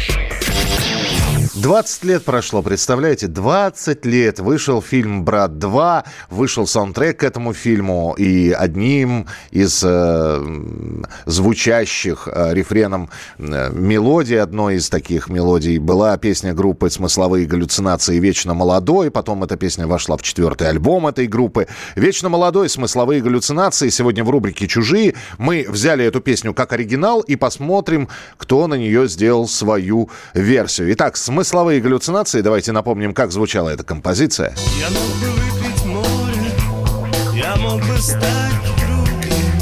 20 лет прошло, представляете? 20 лет. Вышел фильм «Брат 2», вышел саундтрек к этому фильму, и одним из звучащих рефреном мелодий, одной из таких мелодий, была песня группы «Смысловые галлюцинации» «Вечно молодой». Потом эта песня вошла в 4-й альбом этой группы. «Вечно молодой», «Смысловые галлюцинации». Сегодня в рубрике «Чужие» мы взяли эту песню как оригинал и посмотрим, кто на нее сделал свою версию. Итак, «Смысловые галлюцинации». Давайте напомним, как звучала эта композиция. Я мог бы выпить море, я мог бы стать другим,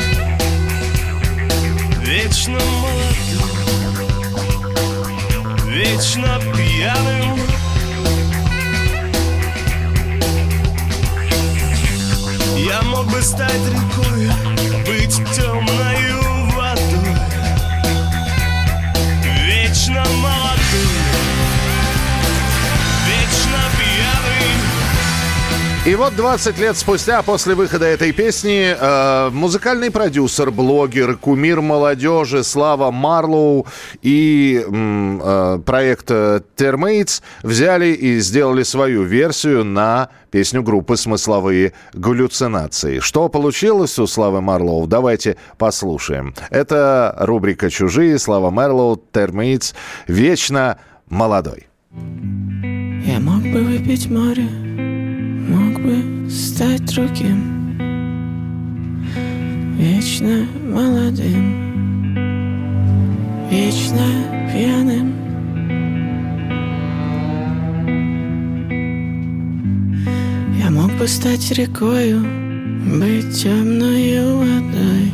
вечно молодым, вечно пьяным. Я мог бы стать рекой, быть темною водой, вечно молодым, вечно пьяный. И вот 20 лет спустя, после выхода этой песни, музыкальный продюсер, блогер, кумир молодежи Слава Марлоу и проект Termates взяли и сделали свою версию на песню группы «Смысловые галлюцинации». Что получилось у Славы Марлоу, давайте послушаем. Это рубрика «Чужие», Слава Марлоу, Termates, «Вечно молодой». Я мог бы выпить море, мог бы стать другим, вечно молодым, вечно пьяным. Я мог бы стать рекою, быть темною водой,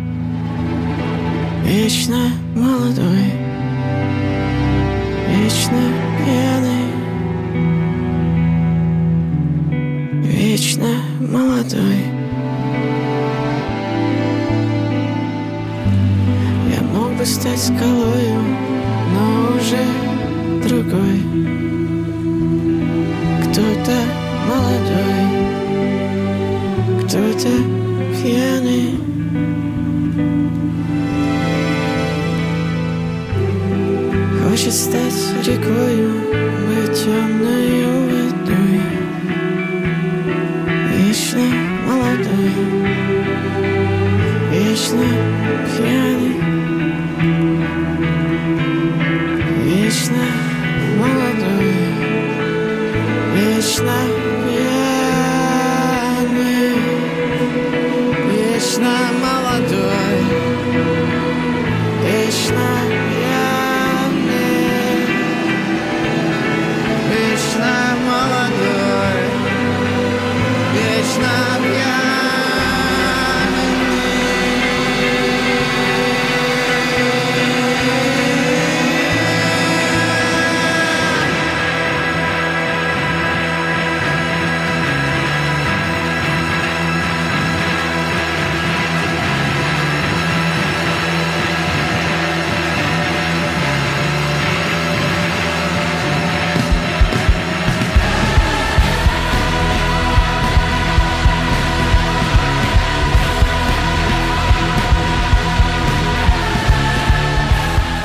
вечно молодой, вечно пьяный, вечно молодой. Я мог бы стать скалою, но уже другой. Кто-то молодой, кто-то пьяный. Хочет стать рекою, быть темною водой, вечно молодой, вечно пьяный, вечно молодой, вечно пьяный.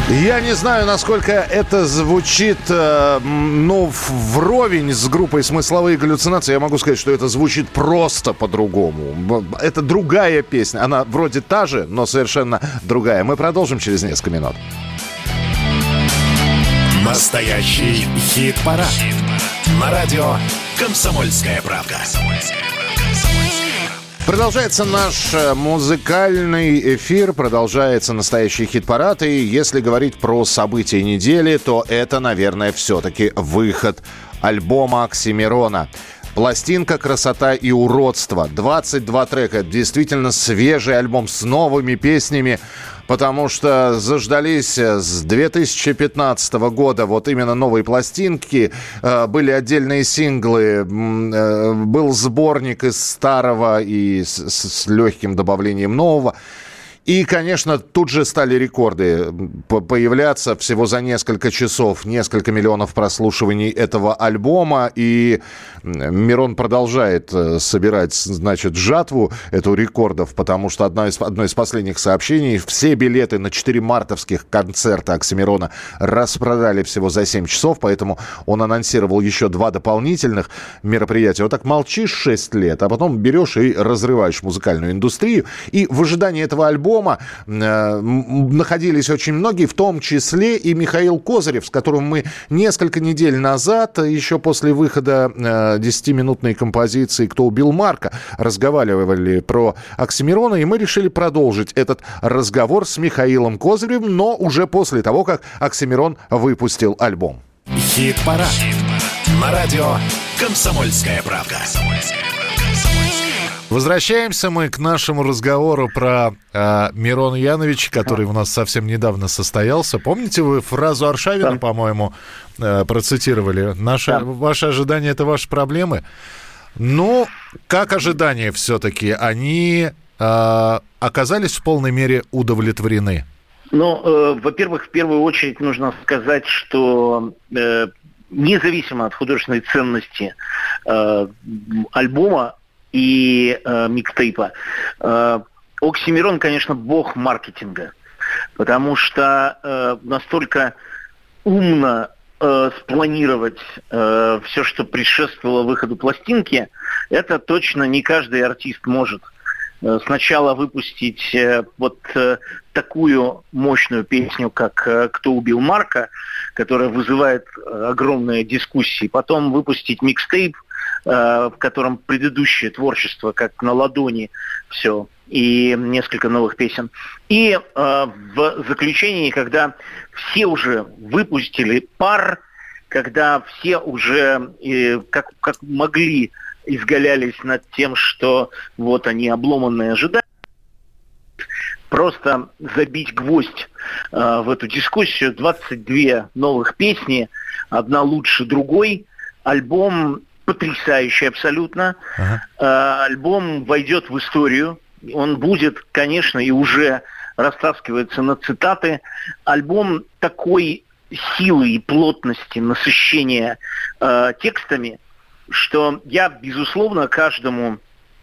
Я не знаю, насколько это звучит, вровень с группой «Смысловые галлюцинации». Я могу сказать, что это звучит просто по-другому. Это другая песня. Она вроде та же, но совершенно другая. Мы продолжим через несколько минут. Настоящий хит-парад. На радио «Комсомольская правда». Продолжается наш музыкальный эфир, продолжается настоящий хит-парад. И если говорить про события недели, то это, наверное, все-таки выход альбома Оксимирона. Пластинка «Красота и уродство». 22 трека. Это действительно свежий альбом с новыми песнями, потому что заждались с 2015 года вот именно новые пластинки. Были отдельные синглы, был сборник из старого и с легким добавлением нового. И, конечно, тут же стали рекорды появляться всего за несколько часов. Несколько миллионов прослушиваний этого альбома. И Мирон продолжает собирать, значит, жатву эту рекордов, потому что одно из последних сообщений. Все билеты на 4 мартовских концерта Оксимирона распродали всего за 7 часов, поэтому он анонсировал еще 2 дополнительных мероприятия. Вот так молчишь 6 лет, а потом берешь и разрываешь музыкальную индустрию. И в ожидании этого альбома находились очень многие, в том числе и Михаил Козырев, с которым мы несколько недель назад, еще после выхода 10-минутной композиции «Кто убил Марка», разговаривали про Оксимирона, и мы решили продолжить этот разговор с Михаилом Козыревым, но уже после того, как Оксимирон выпустил альбом. Хит-парад. На радио «Комсомольская правда». Возвращаемся мы к нашему разговору про Мирона Яновича, который у нас совсем недавно состоялся. Помните, вы фразу Аршавина, по-моему, процитировали? Ваши ожидания – это ваши проблемы. Ну, как ожидания все-таки? Они оказались в полной мере удовлетворены? Ну, во-первых, в первую очередь нужно сказать, что независимо от художественной ценности альбома и микстейпа, Оксимирон, конечно, бог маркетинга, потому что настолько умно спланировать все, что предшествовало выходу пластинки, это точно не каждый артист может. Сначала выпустить вот такую мощную песню, как «Кто убил Марка», которая вызывает огромные дискуссии, потом выпустить микстейп, в котором предыдущее творчество как на ладони все, и несколько новых песен. И в заключении, когда все уже выпустили пар, когда все уже как могли изгалялись над тем, что вот они обломанные ожидания, просто забить гвоздь в эту дискуссию. 22 новых песни, одна лучше другой. Альбом потрясающий абсолютно. Альбом войдет в историю. Он будет, конечно, и уже растаскивается на цитаты. Альбом такой силы и плотности, насыщения текстами, что я, безусловно, каждому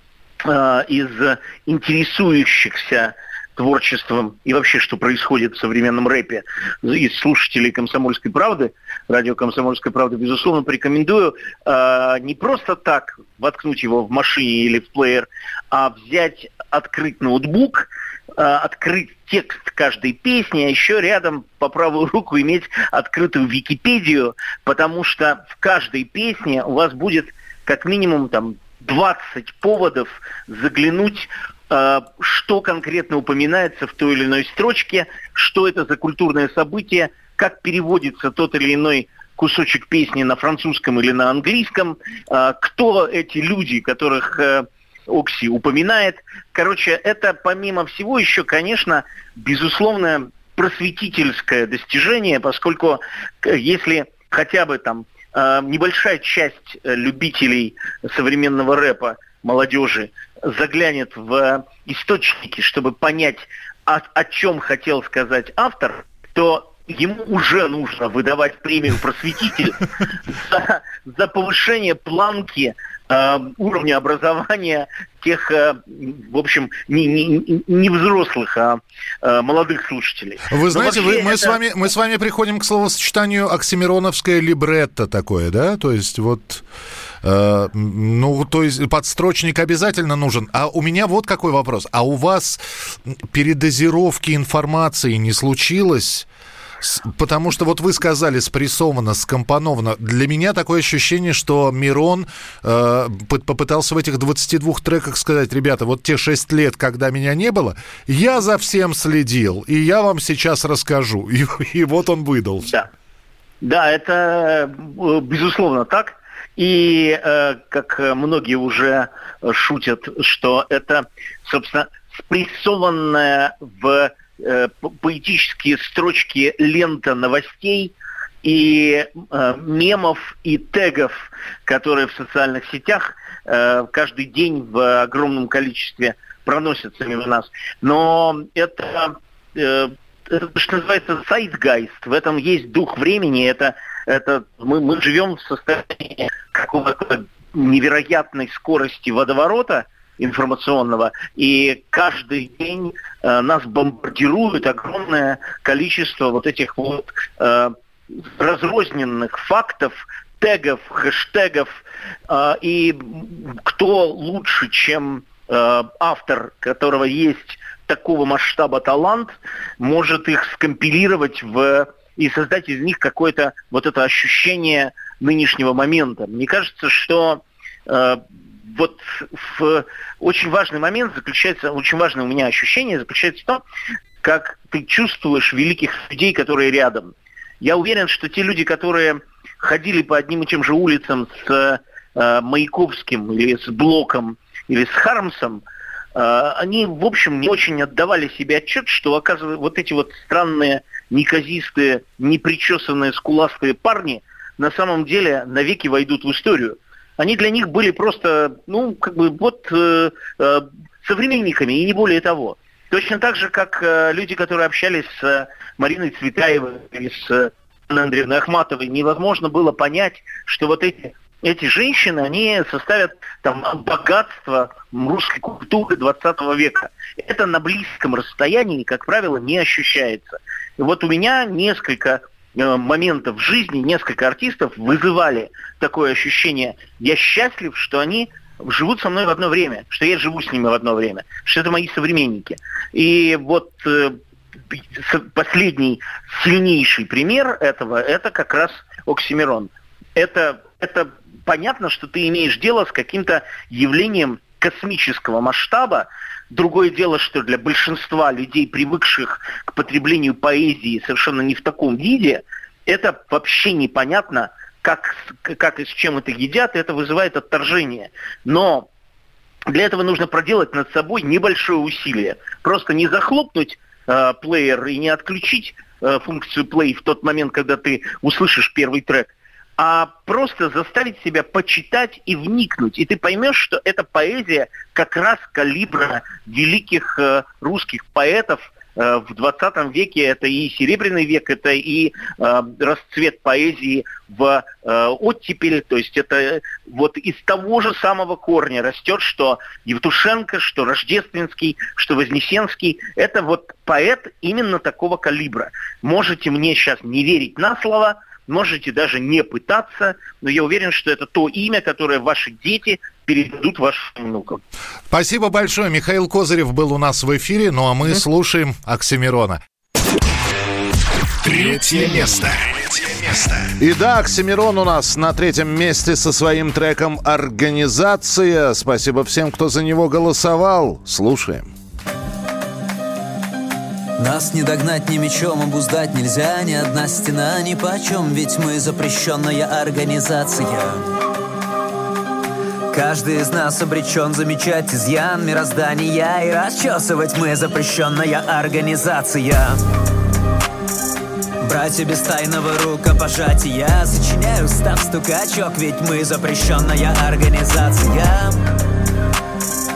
из интересующихся творчеством и вообще, что происходит в современном рэпе, из слушателей «Комсомольской правды», радио «Комсомольская правда», безусловно, порекомендую не просто так воткнуть его в машине или в плеер, а взять, открыть ноутбук, открыть текст каждой песни, а еще рядом по правую руку иметь открытую Википедию, потому что в каждой песне у вас будет как минимум там 20 поводов заглянуть, что конкретно упоминается в той или иной строчке, что это за культурное событие, как переводится тот или иной кусочек песни на французском или на английском, кто эти люди, которых Окси упоминает. Короче, это помимо всего еще, конечно, безусловно, просветительское достижение, поскольку если хотя бы там небольшая часть любителей современного рэпа, молодежи, заглянет в источники, чтобы понять, о чем хотел сказать автор, то ему уже нужно выдавать премию «Просветитель» за повышение планки уровня образования тех, в общем, не взрослых, а молодых слушателей. Вы знаете, мы с вами приходим к словосочетанию оксимироновское либретто такое, да? То есть вот... то есть подстрочник обязательно нужен. А у меня вот какой вопрос. А у вас передозировки информации не случилось? Потому что вот вы сказали спрессовано, скомпоновано. Для меня такое ощущение, что Мирон попытался в этих 22 треках сказать: ребята, вот те 6 лет, когда меня не было, я за всем следил, и я вам сейчас расскажу. И вот он выдал. Да, это безусловно так. И как многие уже шутят, что это, собственно, спрессованная в поэтические строчки лента новостей и мемов и тегов, которые в социальных сетях каждый день в огромном количестве проносятся мимо нас. Но это что называется zeitgeist, в этом есть дух времени, это мы живем в состоянии какого-то невероятной скорости водоворота информационного, и каждый день нас бомбардирует огромное количество вот этих вот разрозненных фактов, тегов, хэштегов, и кто лучше, чем автор, которого есть такого масштаба талант, может их скомпилировать и создать из них какое-то вот это ощущение нынешнего момента. Мне кажется, что вот очень важный момент заключается, очень важное у меня ощущение заключается в том, как ты чувствуешь великих людей, которые рядом. Я уверен, что те люди, которые ходили по одним и тем же улицам с Маяковским или с Блоком или с Хармсом, они, в общем, не очень отдавали себе отчет, что, оказывается, вот эти вот странные, неказистые, непричесанные, скуластые парни на самом деле навеки войдут в историю. Они для них были просто, современниками, и не более того. Точно так же, как люди, которые общались с Мариной Цветаевой или с Анной Андреевной Ахматовой, невозможно было понять, что вот эти женщины, они составят там богатство русской культуры 20 века. Это на близком расстоянии, как правило, не ощущается. И вот у меня несколько моментов в жизни, несколько артистов вызывали такое ощущение. Я счастлив, что они живут со мной в одно время, что я живу с ними в одно время, что это мои современники. И вот последний сильнейший пример этого, это как раз оксимирон. Это понятно, что ты имеешь дело с каким-то явлением космического масштаба. Другое дело, что для большинства людей, привыкших к потреблению поэзии совершенно не в таком виде, это вообще непонятно, как и с чем это едят, и это вызывает отторжение. Но для этого нужно проделать над собой небольшое усилие. Просто не захлопнуть плеер и не отключить функцию play в тот момент, когда ты услышишь первый трек, а просто заставить себя почитать и вникнуть. И ты поймешь, что эта поэзия как раз калибра великих русских поэтов в 20 веке. Это и Серебряный век, это и расцвет поэзии в оттепель. То есть это вот из того же самого корня растет, что Евтушенко, что Рождественский, что Вознесенский. Это вот поэт именно такого калибра. Можете мне сейчас не верить на слово, можете даже не пытаться, но я уверен, что это то имя, которое ваши дети передадут вашим внукам. Спасибо большое. Михаил Козырев был у нас в эфире, ну а мы слушаем Оксимирона. Третье место. И да, Оксимирон у нас на третьем месте со своим треком «Организация». Спасибо всем, кто за него голосовал. Слушаем. Нас не догнать ни мечом, обуздать нельзя, ни одна стена нипочем, ведь мы запрещенная организация. Каждый из нас обречен замечать изъян мироздания и расчесывать мы запрещенная организация. Братья без тайного рукопожатия, сочиняю став стукачок, ведь мы запрещенная организация.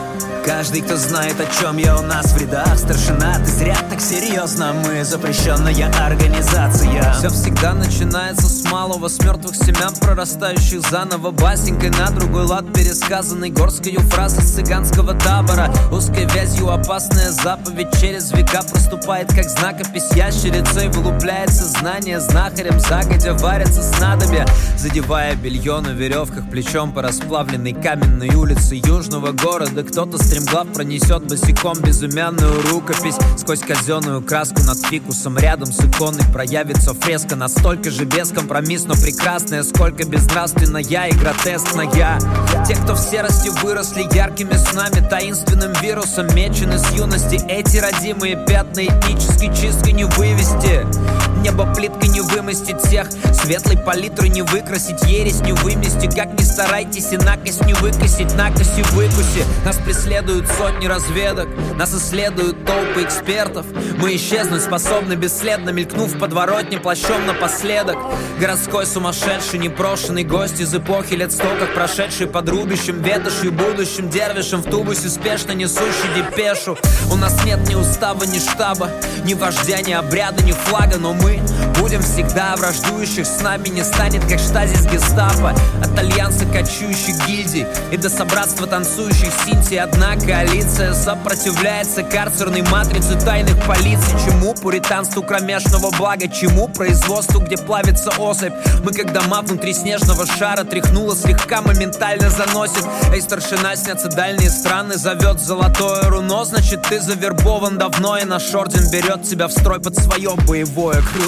Каждый, кто знает, о чем я у нас в рядах. Старшина, ты зря так серьезно. Мы запрещенная организация. Все всегда начинается с малого, с мертвых семян, прорастающих заново басенькой на другой лад, пересказанной горской фразы с цыганского табора. Узкой вязью опасная заповедь через века проступает, как знакопись ящерицей. Вылупляется знание знахарем, загодя варятся снадобья, задевая белье на веревках плечом по расплавленной каменной улице южного города. Кто-то стремглав пронесет босиком безымянную рукопись сквозь казенную краску над фикусом. Рядом с иконой проявится фреска, настолько же бескомпромиссно прекрасная, сколько безнравственная и гротескная. Те, кто в серости выросли яркими снами, таинственным вирусом мечены с юности. Эти родимые пятна этнической чисткой не вывести, небо плиткой не вымостить всех, светлой палитрой не выкрасить, ересь не вымести. Как ни старайтесь, и накость не выкосить, накость и выкуси. Нас преследуют сотни разведок, нас исследуют толпы экспертов. Мы исчезнуть способны бесследно, мелькнув в подворотне плащом напоследок. Городской сумасшедший, непрошенный гость из эпохи лет 100, как прошедший под рубящим ветошью будущим дервишем в тубусе спешно несущий депешу. У нас нет ни устава, ни штаба, ни вождя, ни обряда, ни флага, но мы будем всегда враждующих с нами. Не станет, как штазис гестапо, от альянса кочующих гильдий и до собратства танцующих синтий. Одна коалиция сопротивляется карцерной матрице тайных полиций. Чему пуританству кромешного блага, чему производству, где плавится особь? Мы как дома внутри снежного шара, тряхнуло слегка, моментально заносит. Эй, старшина, снятся дальние страны, зовет золотое руно. Значит, ты завербован давно, и наш орден берет тебя в строй под свое боевое крыло.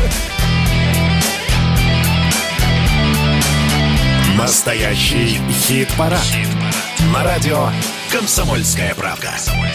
Настоящий хит-парад. На радио «Комсомольская правда».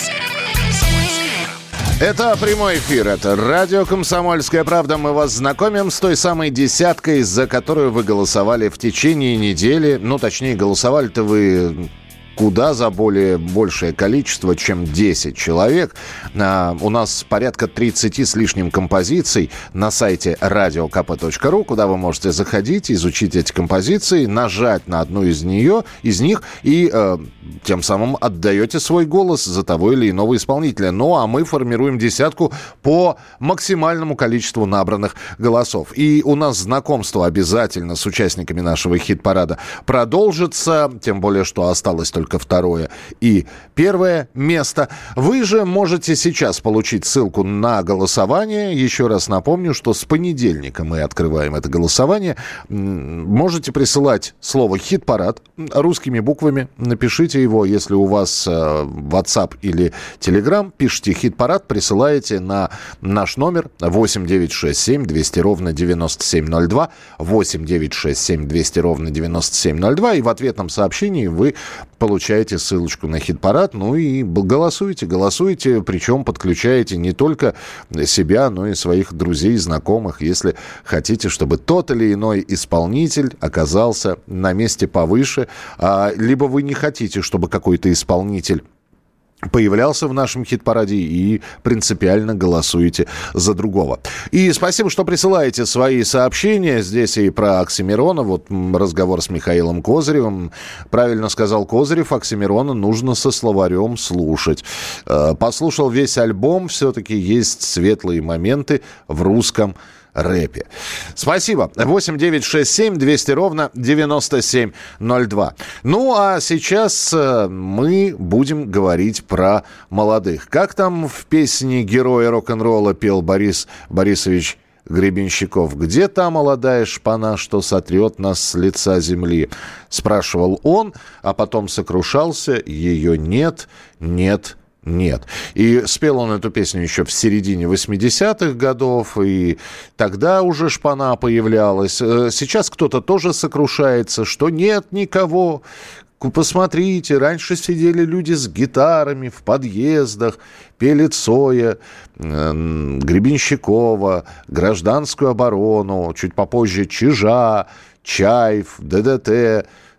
Это прямой эфир, это радио «Комсомольская правда». Мы вас знакомим с той самой десяткой, за которую вы голосовали в течение недели. Ну, точнее, голосовали-то вы куда за большее количество, чем 10 человек. У нас порядка 30 с лишним композиций на сайте radiokp.ru, куда вы можете заходить, изучить эти композиции, нажать на одну из них и тем самым отдаете свой голос за того или иного исполнителя. Ну, а мы формируем десятку по максимальному количеству набранных голосов. И у нас знакомство обязательно с участниками нашего хит-парада продолжится, тем более, что осталось только второе и первое место. Вы же можете сейчас получить ссылку на голосование. Еще раз напомню, что с понедельника мы открываем это голосование. Можете присылать слово «хит-парад» русскими буквами. Напишите его, если у вас WhatsApp или Telegram. Пишите «хит-парад», присылаете на наш номер 8 967 200 ровно 9702, 8 967 200 ровно 9702, и в ответном сообщении вы получаете ссылочку на хит-парад. Ну и голосуйте, причем подключаете не только себя, но и своих друзей, знакомых, если хотите, чтобы тот или иной исполнитель оказался на месте повыше, либо вы не хотите, чтобы какой-то исполнитель появлялся в нашем хит-параде, и принципиально голосуете за другого. И спасибо, что присылаете свои сообщения. Здесь и про Оксимирона. Вот разговор с Михаилом Козыревым. Правильно сказал Козырев, Оксимирона нужно со словарем слушать. Послушал весь альбом, все-таки есть светлые моменты в русском рэпе. Спасибо. 8 967 200 ровно 9702. Ну, а сейчас мы будем говорить про молодых. Как там в песне «Герои рок-н-ролла» пел Борис Борисович Гребенщиков? «Где та молодая шпана, что сотрет нас с лица земли?» Спрашивал он, а потом сокрушался: «Ее нет, нет, нет». И спел он эту песню еще в середине 80-х годов, и тогда уже шпана появлялась. Сейчас кто-то тоже сокрушается, что нет никого. Посмотрите, раньше сидели люди с гитарами в подъездах, пели Цоя, Гребенщикова, «Гражданскую оборону», чуть попозже «Чижа», «Чайф», «ДДТ».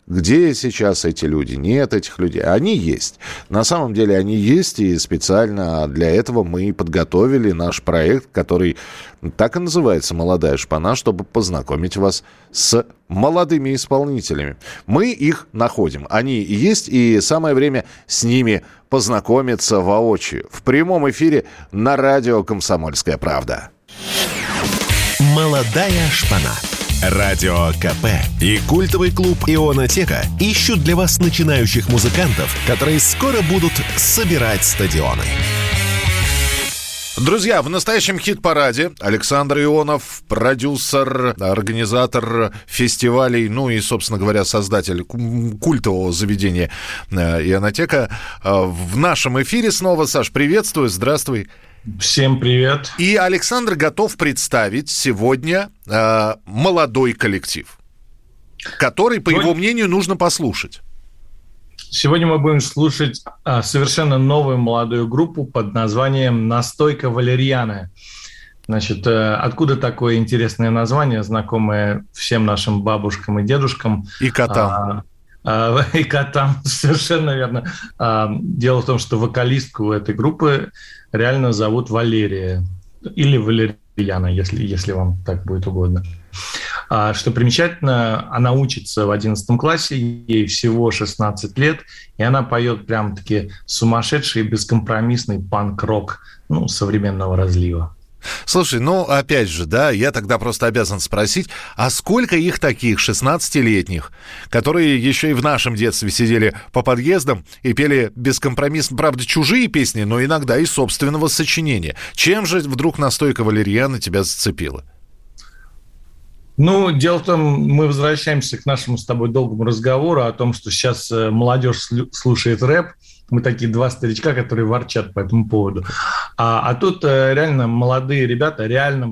Где сейчас эти люди? Нет этих людей. Они есть. На самом деле они есть, и специально для этого мы подготовили наш проект, который так и называется «Молодая шпана», чтобы познакомить вас с молодыми исполнителями. Мы их находим. Они есть, и самое время с ними познакомиться воочию. В прямом эфире на радио «Комсомольская правда». «Молодая шпана». Радио КП и культовый клуб «Ионотека» ищут для вас начинающих музыкантов, которые скоро будут собирать стадионы. Друзья, в настоящем хит-параде Александр Ионов, продюсер, организатор фестивалей, ну и, собственно говоря, создатель культового заведения «Ионотека». В нашем эфире снова. Саш, приветствую, здравствуй. Всем привет. И Александр готов представить сегодня молодой коллектив, который, по его мнению, нужно послушать. Сегодня мы будем слушать совершенно новую молодую группу под названием «Настойка валерьяны». Значит, откуда такое интересное название, знакомое всем нашим бабушкам и дедушкам? И котам. И котам, совершенно верно. Дело в том, что вокалистку этой группы реально зовут Валерия. Или Валерьяна, если вам так будет угодно. Что примечательно, она учится в 11 классе, ей всего 16 лет, и она поет прям-таки сумасшедший, бескомпромиссный панк-рок, современного разлива. Слушай, опять же, да, я тогда просто обязан спросить, а сколько их таких, 16-летних, которые еще и в нашем детстве сидели по подъездам и пели бескомпромиссно, правда, чужие песни, но иногда и собственного сочинения. Чем же вдруг «Настойка валерьяны» тебя зацепила? Дело в том, мы возвращаемся к нашему с тобой долгому разговору о том, что сейчас молодежь слушает рэп. Мы такие два старичка, которые ворчат по этому поводу. А тут реально молодые ребята,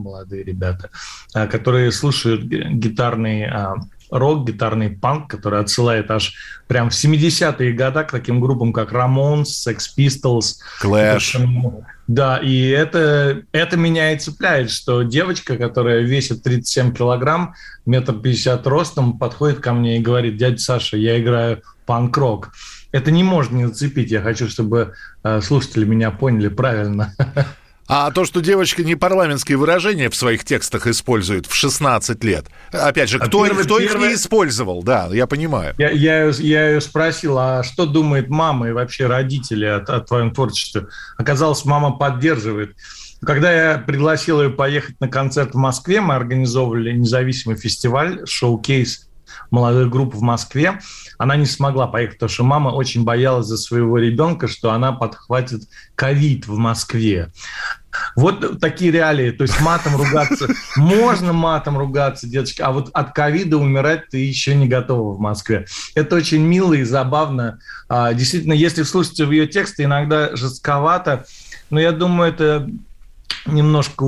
которые слушают гитарный рок, гитарный панк, который отсылает аж прям в 70-е годы к таким группам, как Ramones, Sex Pistols, Clash. Да, и это меня и цепляет, что девочка, которая весит 37 килограмм, 1,50 м ростом, подходит ко мне и говорит: дядя Саша, я играю панк-рок. Это не может не зацепить. Я хочу, чтобы слушатели меня поняли правильно. А то, что девочка не парламентские выражения в своих текстах использует в 16 лет, опять же, кто их не использовал, да, я понимаю. Я ее спросил, а что думает мама и вообще родители о твоем творчестве? Оказалось, мама поддерживает. Когда я пригласил ее поехать на концерт в Москве, мы организовывали независимый фестиваль, шоу-кейс молодых групп в Москве. Она не смогла поехать, потому что мама очень боялась за своего ребенка, что она подхватит ковид в Москве. Вот такие реалии. То есть матом ругаться, можно матом ругаться, деточка, а вот от ковида умирать ты еще не готова в Москве. Это очень мило и забавно. Действительно, если вслушаться в ее тексты, иногда жестковато, но я думаю, это немножко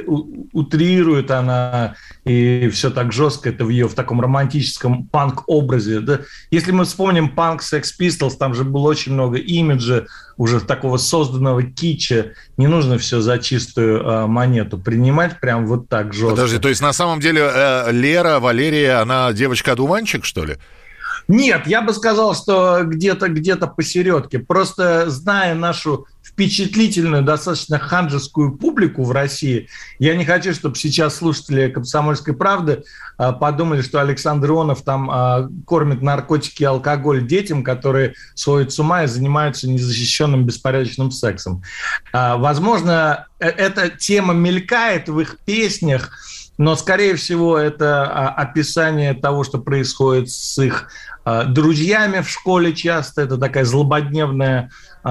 утрирует она, и все так жестко это в ее в таком романтическом панк-образе. Да? Если мы вспомним панк Sex Pistols, там же было очень много имиджа, уже такого созданного китча. Не нужно все за чистую монету принимать прям вот так жестко. Подожди, то есть на самом деле Валерия, она девочка-одуванчик, что ли? Нет, я бы сказал, что где-то посередке. Просто зная нашу впечатлительную, достаточно ханжескую публику в России, я не хочу, чтобы сейчас слушатели «Комсомольской правды» подумали, что Александр Ионов там кормит наркотики и алкоголь детям, которые сходят с ума и занимаются незащищенным беспорядочным сексом. Возможно, эта тема мелькает в их песнях, но, скорее всего, это описание того, что происходит с их друзьями в школе часто. Это такая злободневная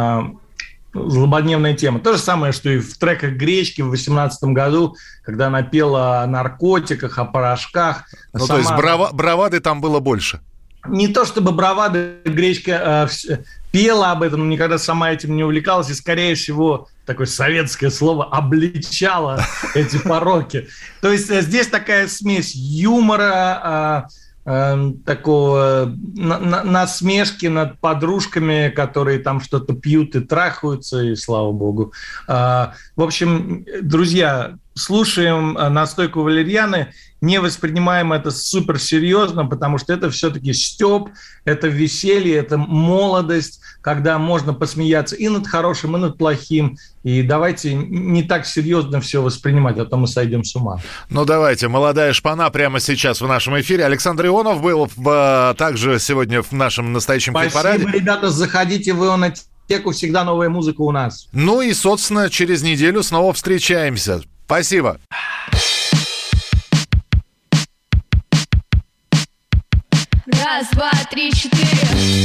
тема. То же самое, что и в треках Гречки в 2018 году, когда она пела о наркотиках, о порошках. То есть бравады там было больше? Не то чтобы бравады, Гречка пела об этом, но никогда сама этим не увлекалась, и, скорее всего, такое советское слово, обличала эти пороки. То есть здесь такая смесь юмора, такого насмешки над подружками, которые там что-то пьют и трахаются, и слава богу. В общем, друзья, слушаем настойку валерьяны, не воспринимаем это суперсерьезно, потому что это все-таки стёб, это веселье, это молодость, когда можно посмеяться и над хорошим, и над плохим. И давайте не так серьезно все воспринимать, а то мы сойдем с ума. Ну, давайте. «Молодая шпана» прямо сейчас в нашем эфире. Александр Ионов был также сегодня в нашем настоящем хит-параде. Спасибо, ребята. Заходите в ионотеку, всегда новая музыка у нас. Ну и, собственно, через неделю снова встречаемся. Спасибо. Раз, два, три, четыре.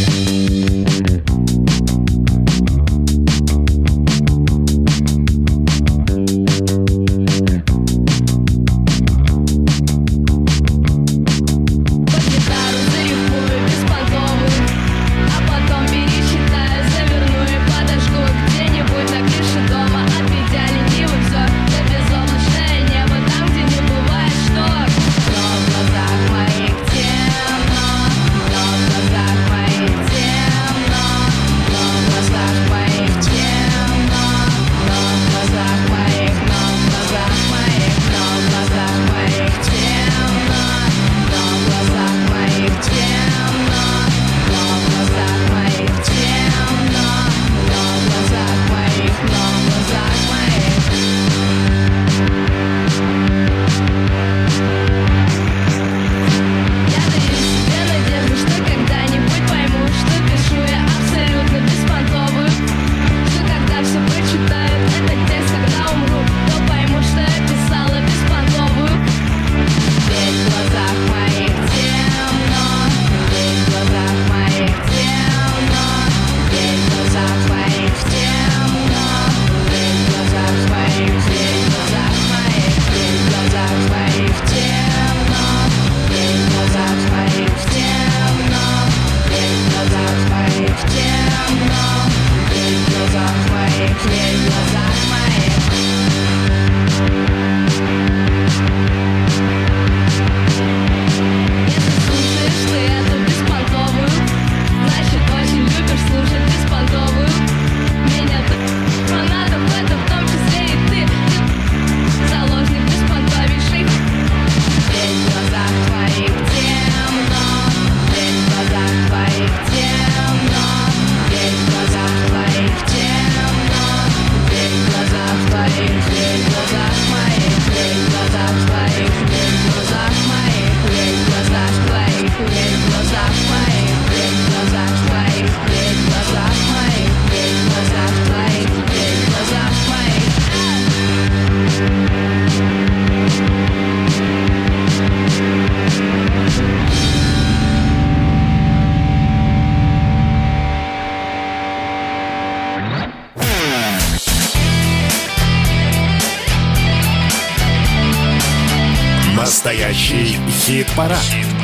Настоящий хит-парад.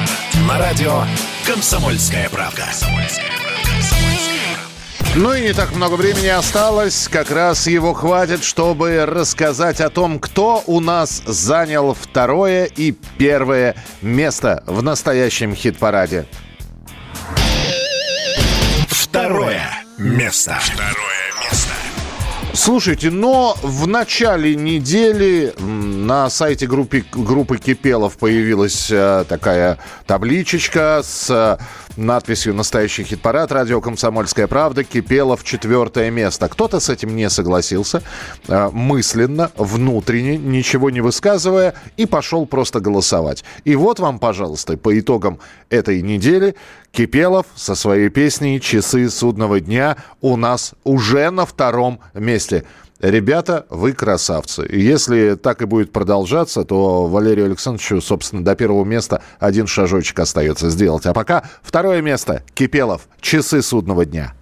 На радио «Комсомольская правда». Ну и не так много времени осталось. Как раз его хватит, чтобы рассказать о том, кто у нас занял второе и первое место в настоящем хит-параде. Второе место. Слушайте, но в начале недели на сайте группы Кипелов появилась такая табличечка с надписью «Настоящий хит-парад», радио «Комсомольская правда», Кипелов 4 место. Кто-то с этим не согласился, мысленно, внутренне, ничего не высказывая, и пошел просто голосовать. И вот вам, пожалуйста, по итогам этой недели Кипелов со своей песней «Часы судного дня» у нас уже на 2 месте. Ребята, вы красавцы. И если так и будет продолжаться, то Валерию Александровичу, собственно, до 1 места 1 шажочек остается сделать. А пока 2 место. Кипелов. «Часы судного дня».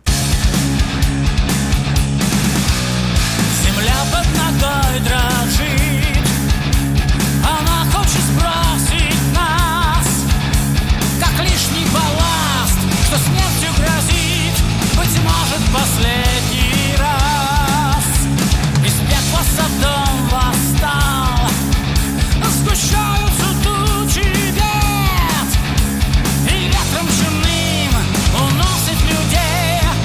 Земля под ногой дрожит, она хочет сбросить нас, как лишний балласт, что смертью грозит, быть может, последний раз. Из пекла Содом восстал, сгущаются тучи бед, и ветром чумным уносит людей.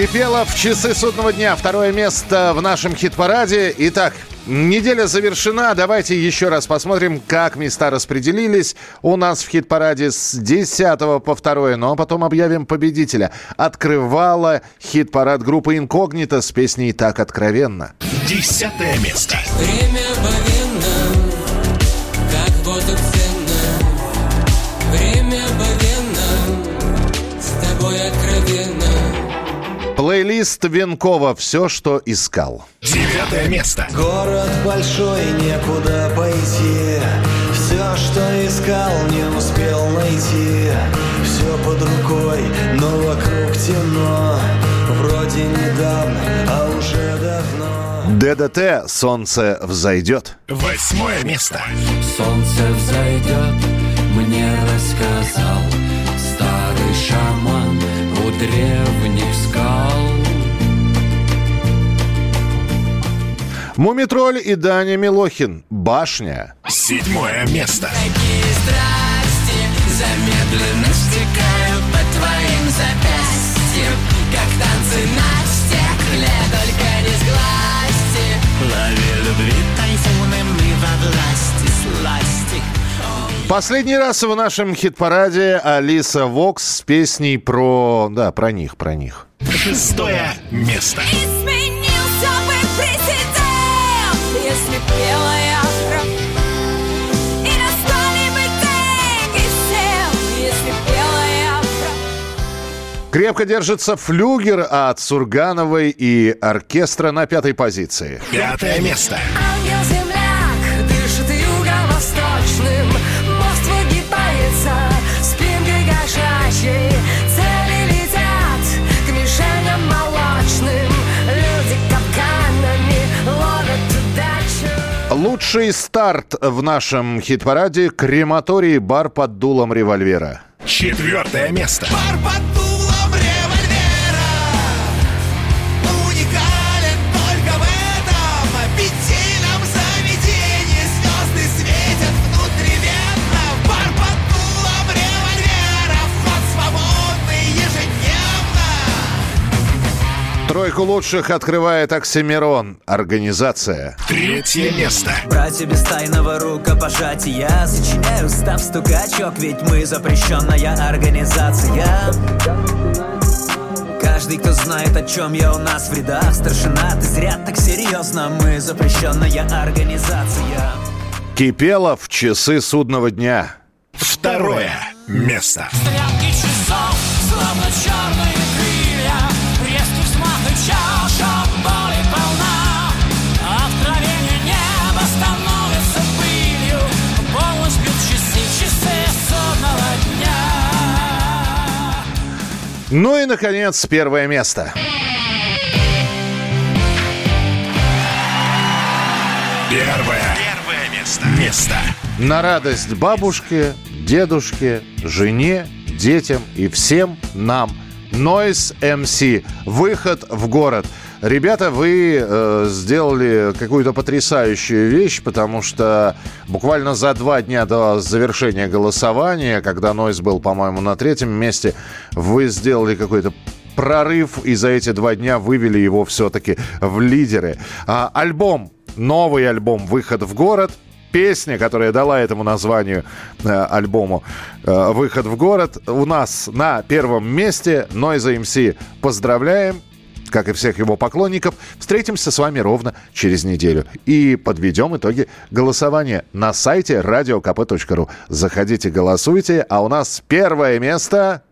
Кипелов, часы судного дня. Второе место в нашем хит-параде. Итак, неделя завершена. Давайте еще раз посмотрим, как места распределились у нас в хит-параде с 10 по 2. Ну а потом объявим победителя. Открывала хит-парад группы «Инкогнито» с песней «Так откровенно». 10-е место. Время мгновенно, как воздух ценно. Время мгновенно, с тобой откровенно. Плейлист Венкова «Все, что искал». 9-е место. Город большой, некуда пойти. Все, что искал, не успел найти. Все под рукой, но вокруг темно. Вроде недавно, а уже давно. ДДТ «Солнце взойдет». 8-е место. Солнце взойдет, мне рассказал старый шаман у древних скал. Мумитроль и Даня Милохин «Башня». 7-е место. Такие страсти замедленно стекают по твоим запястьям, как танцы на стекле, только не сглазьте. Лови любви тайфуны, мы во власти сласти. Последний раз в нашем хит-параде Алиса Вокс с песней про... Да, про них. 6-е место. Изменился бы президент, если пела я прав. И настали бы деньги всем, если пела я прав. Крепко держится флюгер от Сургановой и оркестра на 5-й позиции. 5-е место. Ангел-земляк дышит юго-восточным, мост выгибается спинкой кошачьей. Цели летят к мишеням молочным, люди капканами ловят удачу. Лучший старт в нашем хит-параде «Крематорий. Бар под дулом револьвера». 4-е место. Бар под дулом револьвера уникален только в этом питейном заведении. Звезды светят внутривенно. Бар под дулом револьвера, вход свободный ежедневно. Тройку лучших открывает Оксимирон. Организация. 3-е место. Братья без тайного рукопожатия, сочиняю устав стукачок, ведь мы запрещенная организация. Каждый, кто знает, о чем я у нас в рядах. Старшина, ты зря так серьезно, мы запрещенная организация. Кипелов, часы судного дня. 2-е место. Стрелки часов, словно черные крылья, резкий взмах и чаша боли полна. Откровение неба становится пылью, полночь бьют часы судного дня. Ну и, наконец, 1-е место. 1-е место. На радость бабушке, дедушке, жене, детям и всем нам. Noise MC. Выход в город. Ребята, вы сделали какую-то потрясающую вещь, потому что буквально за 2 дня до завершения голосования, когда Noise был, по-моему, на 3-м месте, вы сделали какой-то прорыв и за эти 2 дня вывели его все-таки в лидеры. Альбом, новый альбом «Выход в город». Песня, которая дала этому названию альбому «Выход в город», у нас на 1-м месте. Noise MC поздравляем, как и всех его поклонников. Встретимся с вами ровно через неделю. И подведем итоги голосования на сайте radiokp.ru. Заходите, голосуйте. А у нас 1-е место...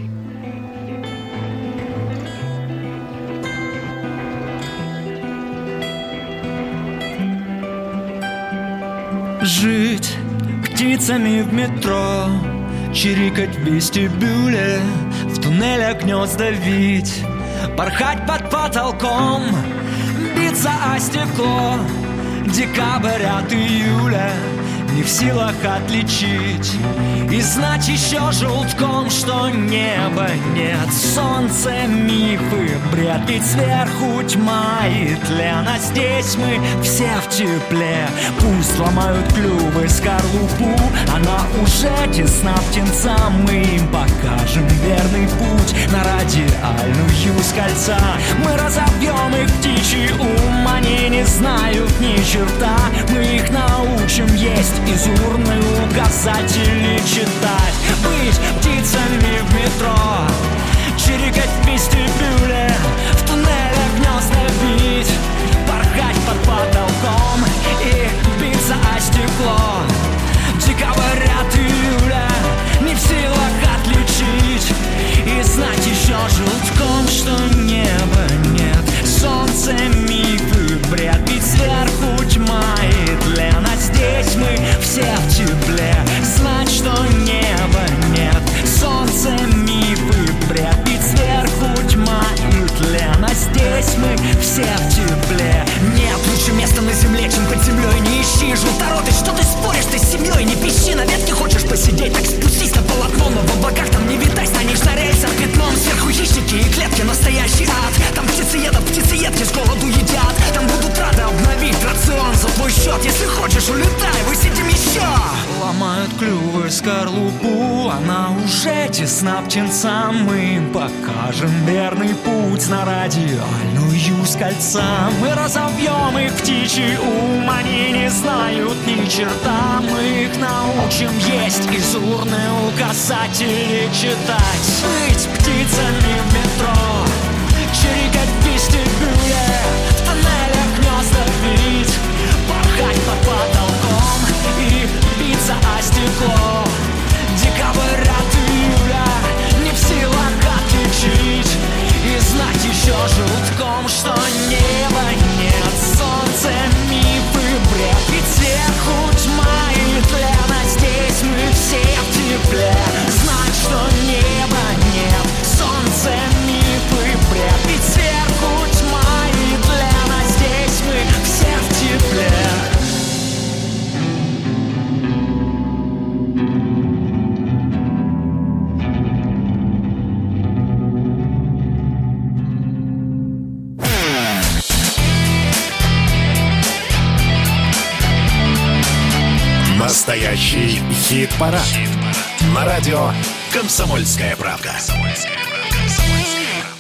Жить птицами в метро, чирикать в вестибюле, в туннелях гнезда вить, порхать под потолком, биться о стекло. Декабрь от июля не в силах отличить. И знать еще желтком, что неба нет. Солнце, мифы, бред, ведь сверху тьма и тлен. А здесь мы все в тепле. Пусть ломают клювы скорлупу, она уже тесна птенцам. Мы им покажем верный путь на радиальную с кольца. Мы разобьем их птичий ум, они не знают ни черта. Мы их научим есть из урны указатели читать. Быть птицами в метро, чирикать в вестибюле, в туннелях гнезда бить, порхать под потолком и биться о стекло. Декабрь от июля не в силах отличить. И знать еще желтком, что неба нет. Солнце, мифы, бред, ведь сверху тьма и тлен. А здесь мы все в тепле. Знать, что неба нет. Солнце, мифы, бред, ведь сверху тьма и тлен. А здесь мы все в тепле. Нет лучше места на земле, чем под землей. Не ищи желторотый, что ты споришь, ты с семьей. Не пищи, на ветке хочешь посидеть, так спустись на полотно. Но в облаках там не витай, станешь на рельсах пятном. Сверху хищники и клетки, настоящий ад. Там птицеедов птицеедки с голоду едят. Там будут рады обновить рацион за твой счет. Если хочешь, улетай, высидим еще. Ломают клювы скорлупу, она уже тесна птенцам. Мы им покажем верный путь на радиальную с кольца. Мы разобьем их птичий ум, они не знают ни черта. Мы их научим есть из урны указатели читать. Быть птицами в метро, чирикать в вестибюле, в тоннелях гнезда бить, порхать под потолком и биться о стекло. Декабрь от июля не в силах отличить. И знать еще желтком, что неба нет. Солнце, мифы, бред, ведь сверху тьма и тлен. А здесь мы все в тепле. Знать, что неба нет. Солнце, мифы, бред, ведь сверху тьма и тлен. А здесь мы все в тепле. Настоящий хит-парад. На радио «Комсомольская правда».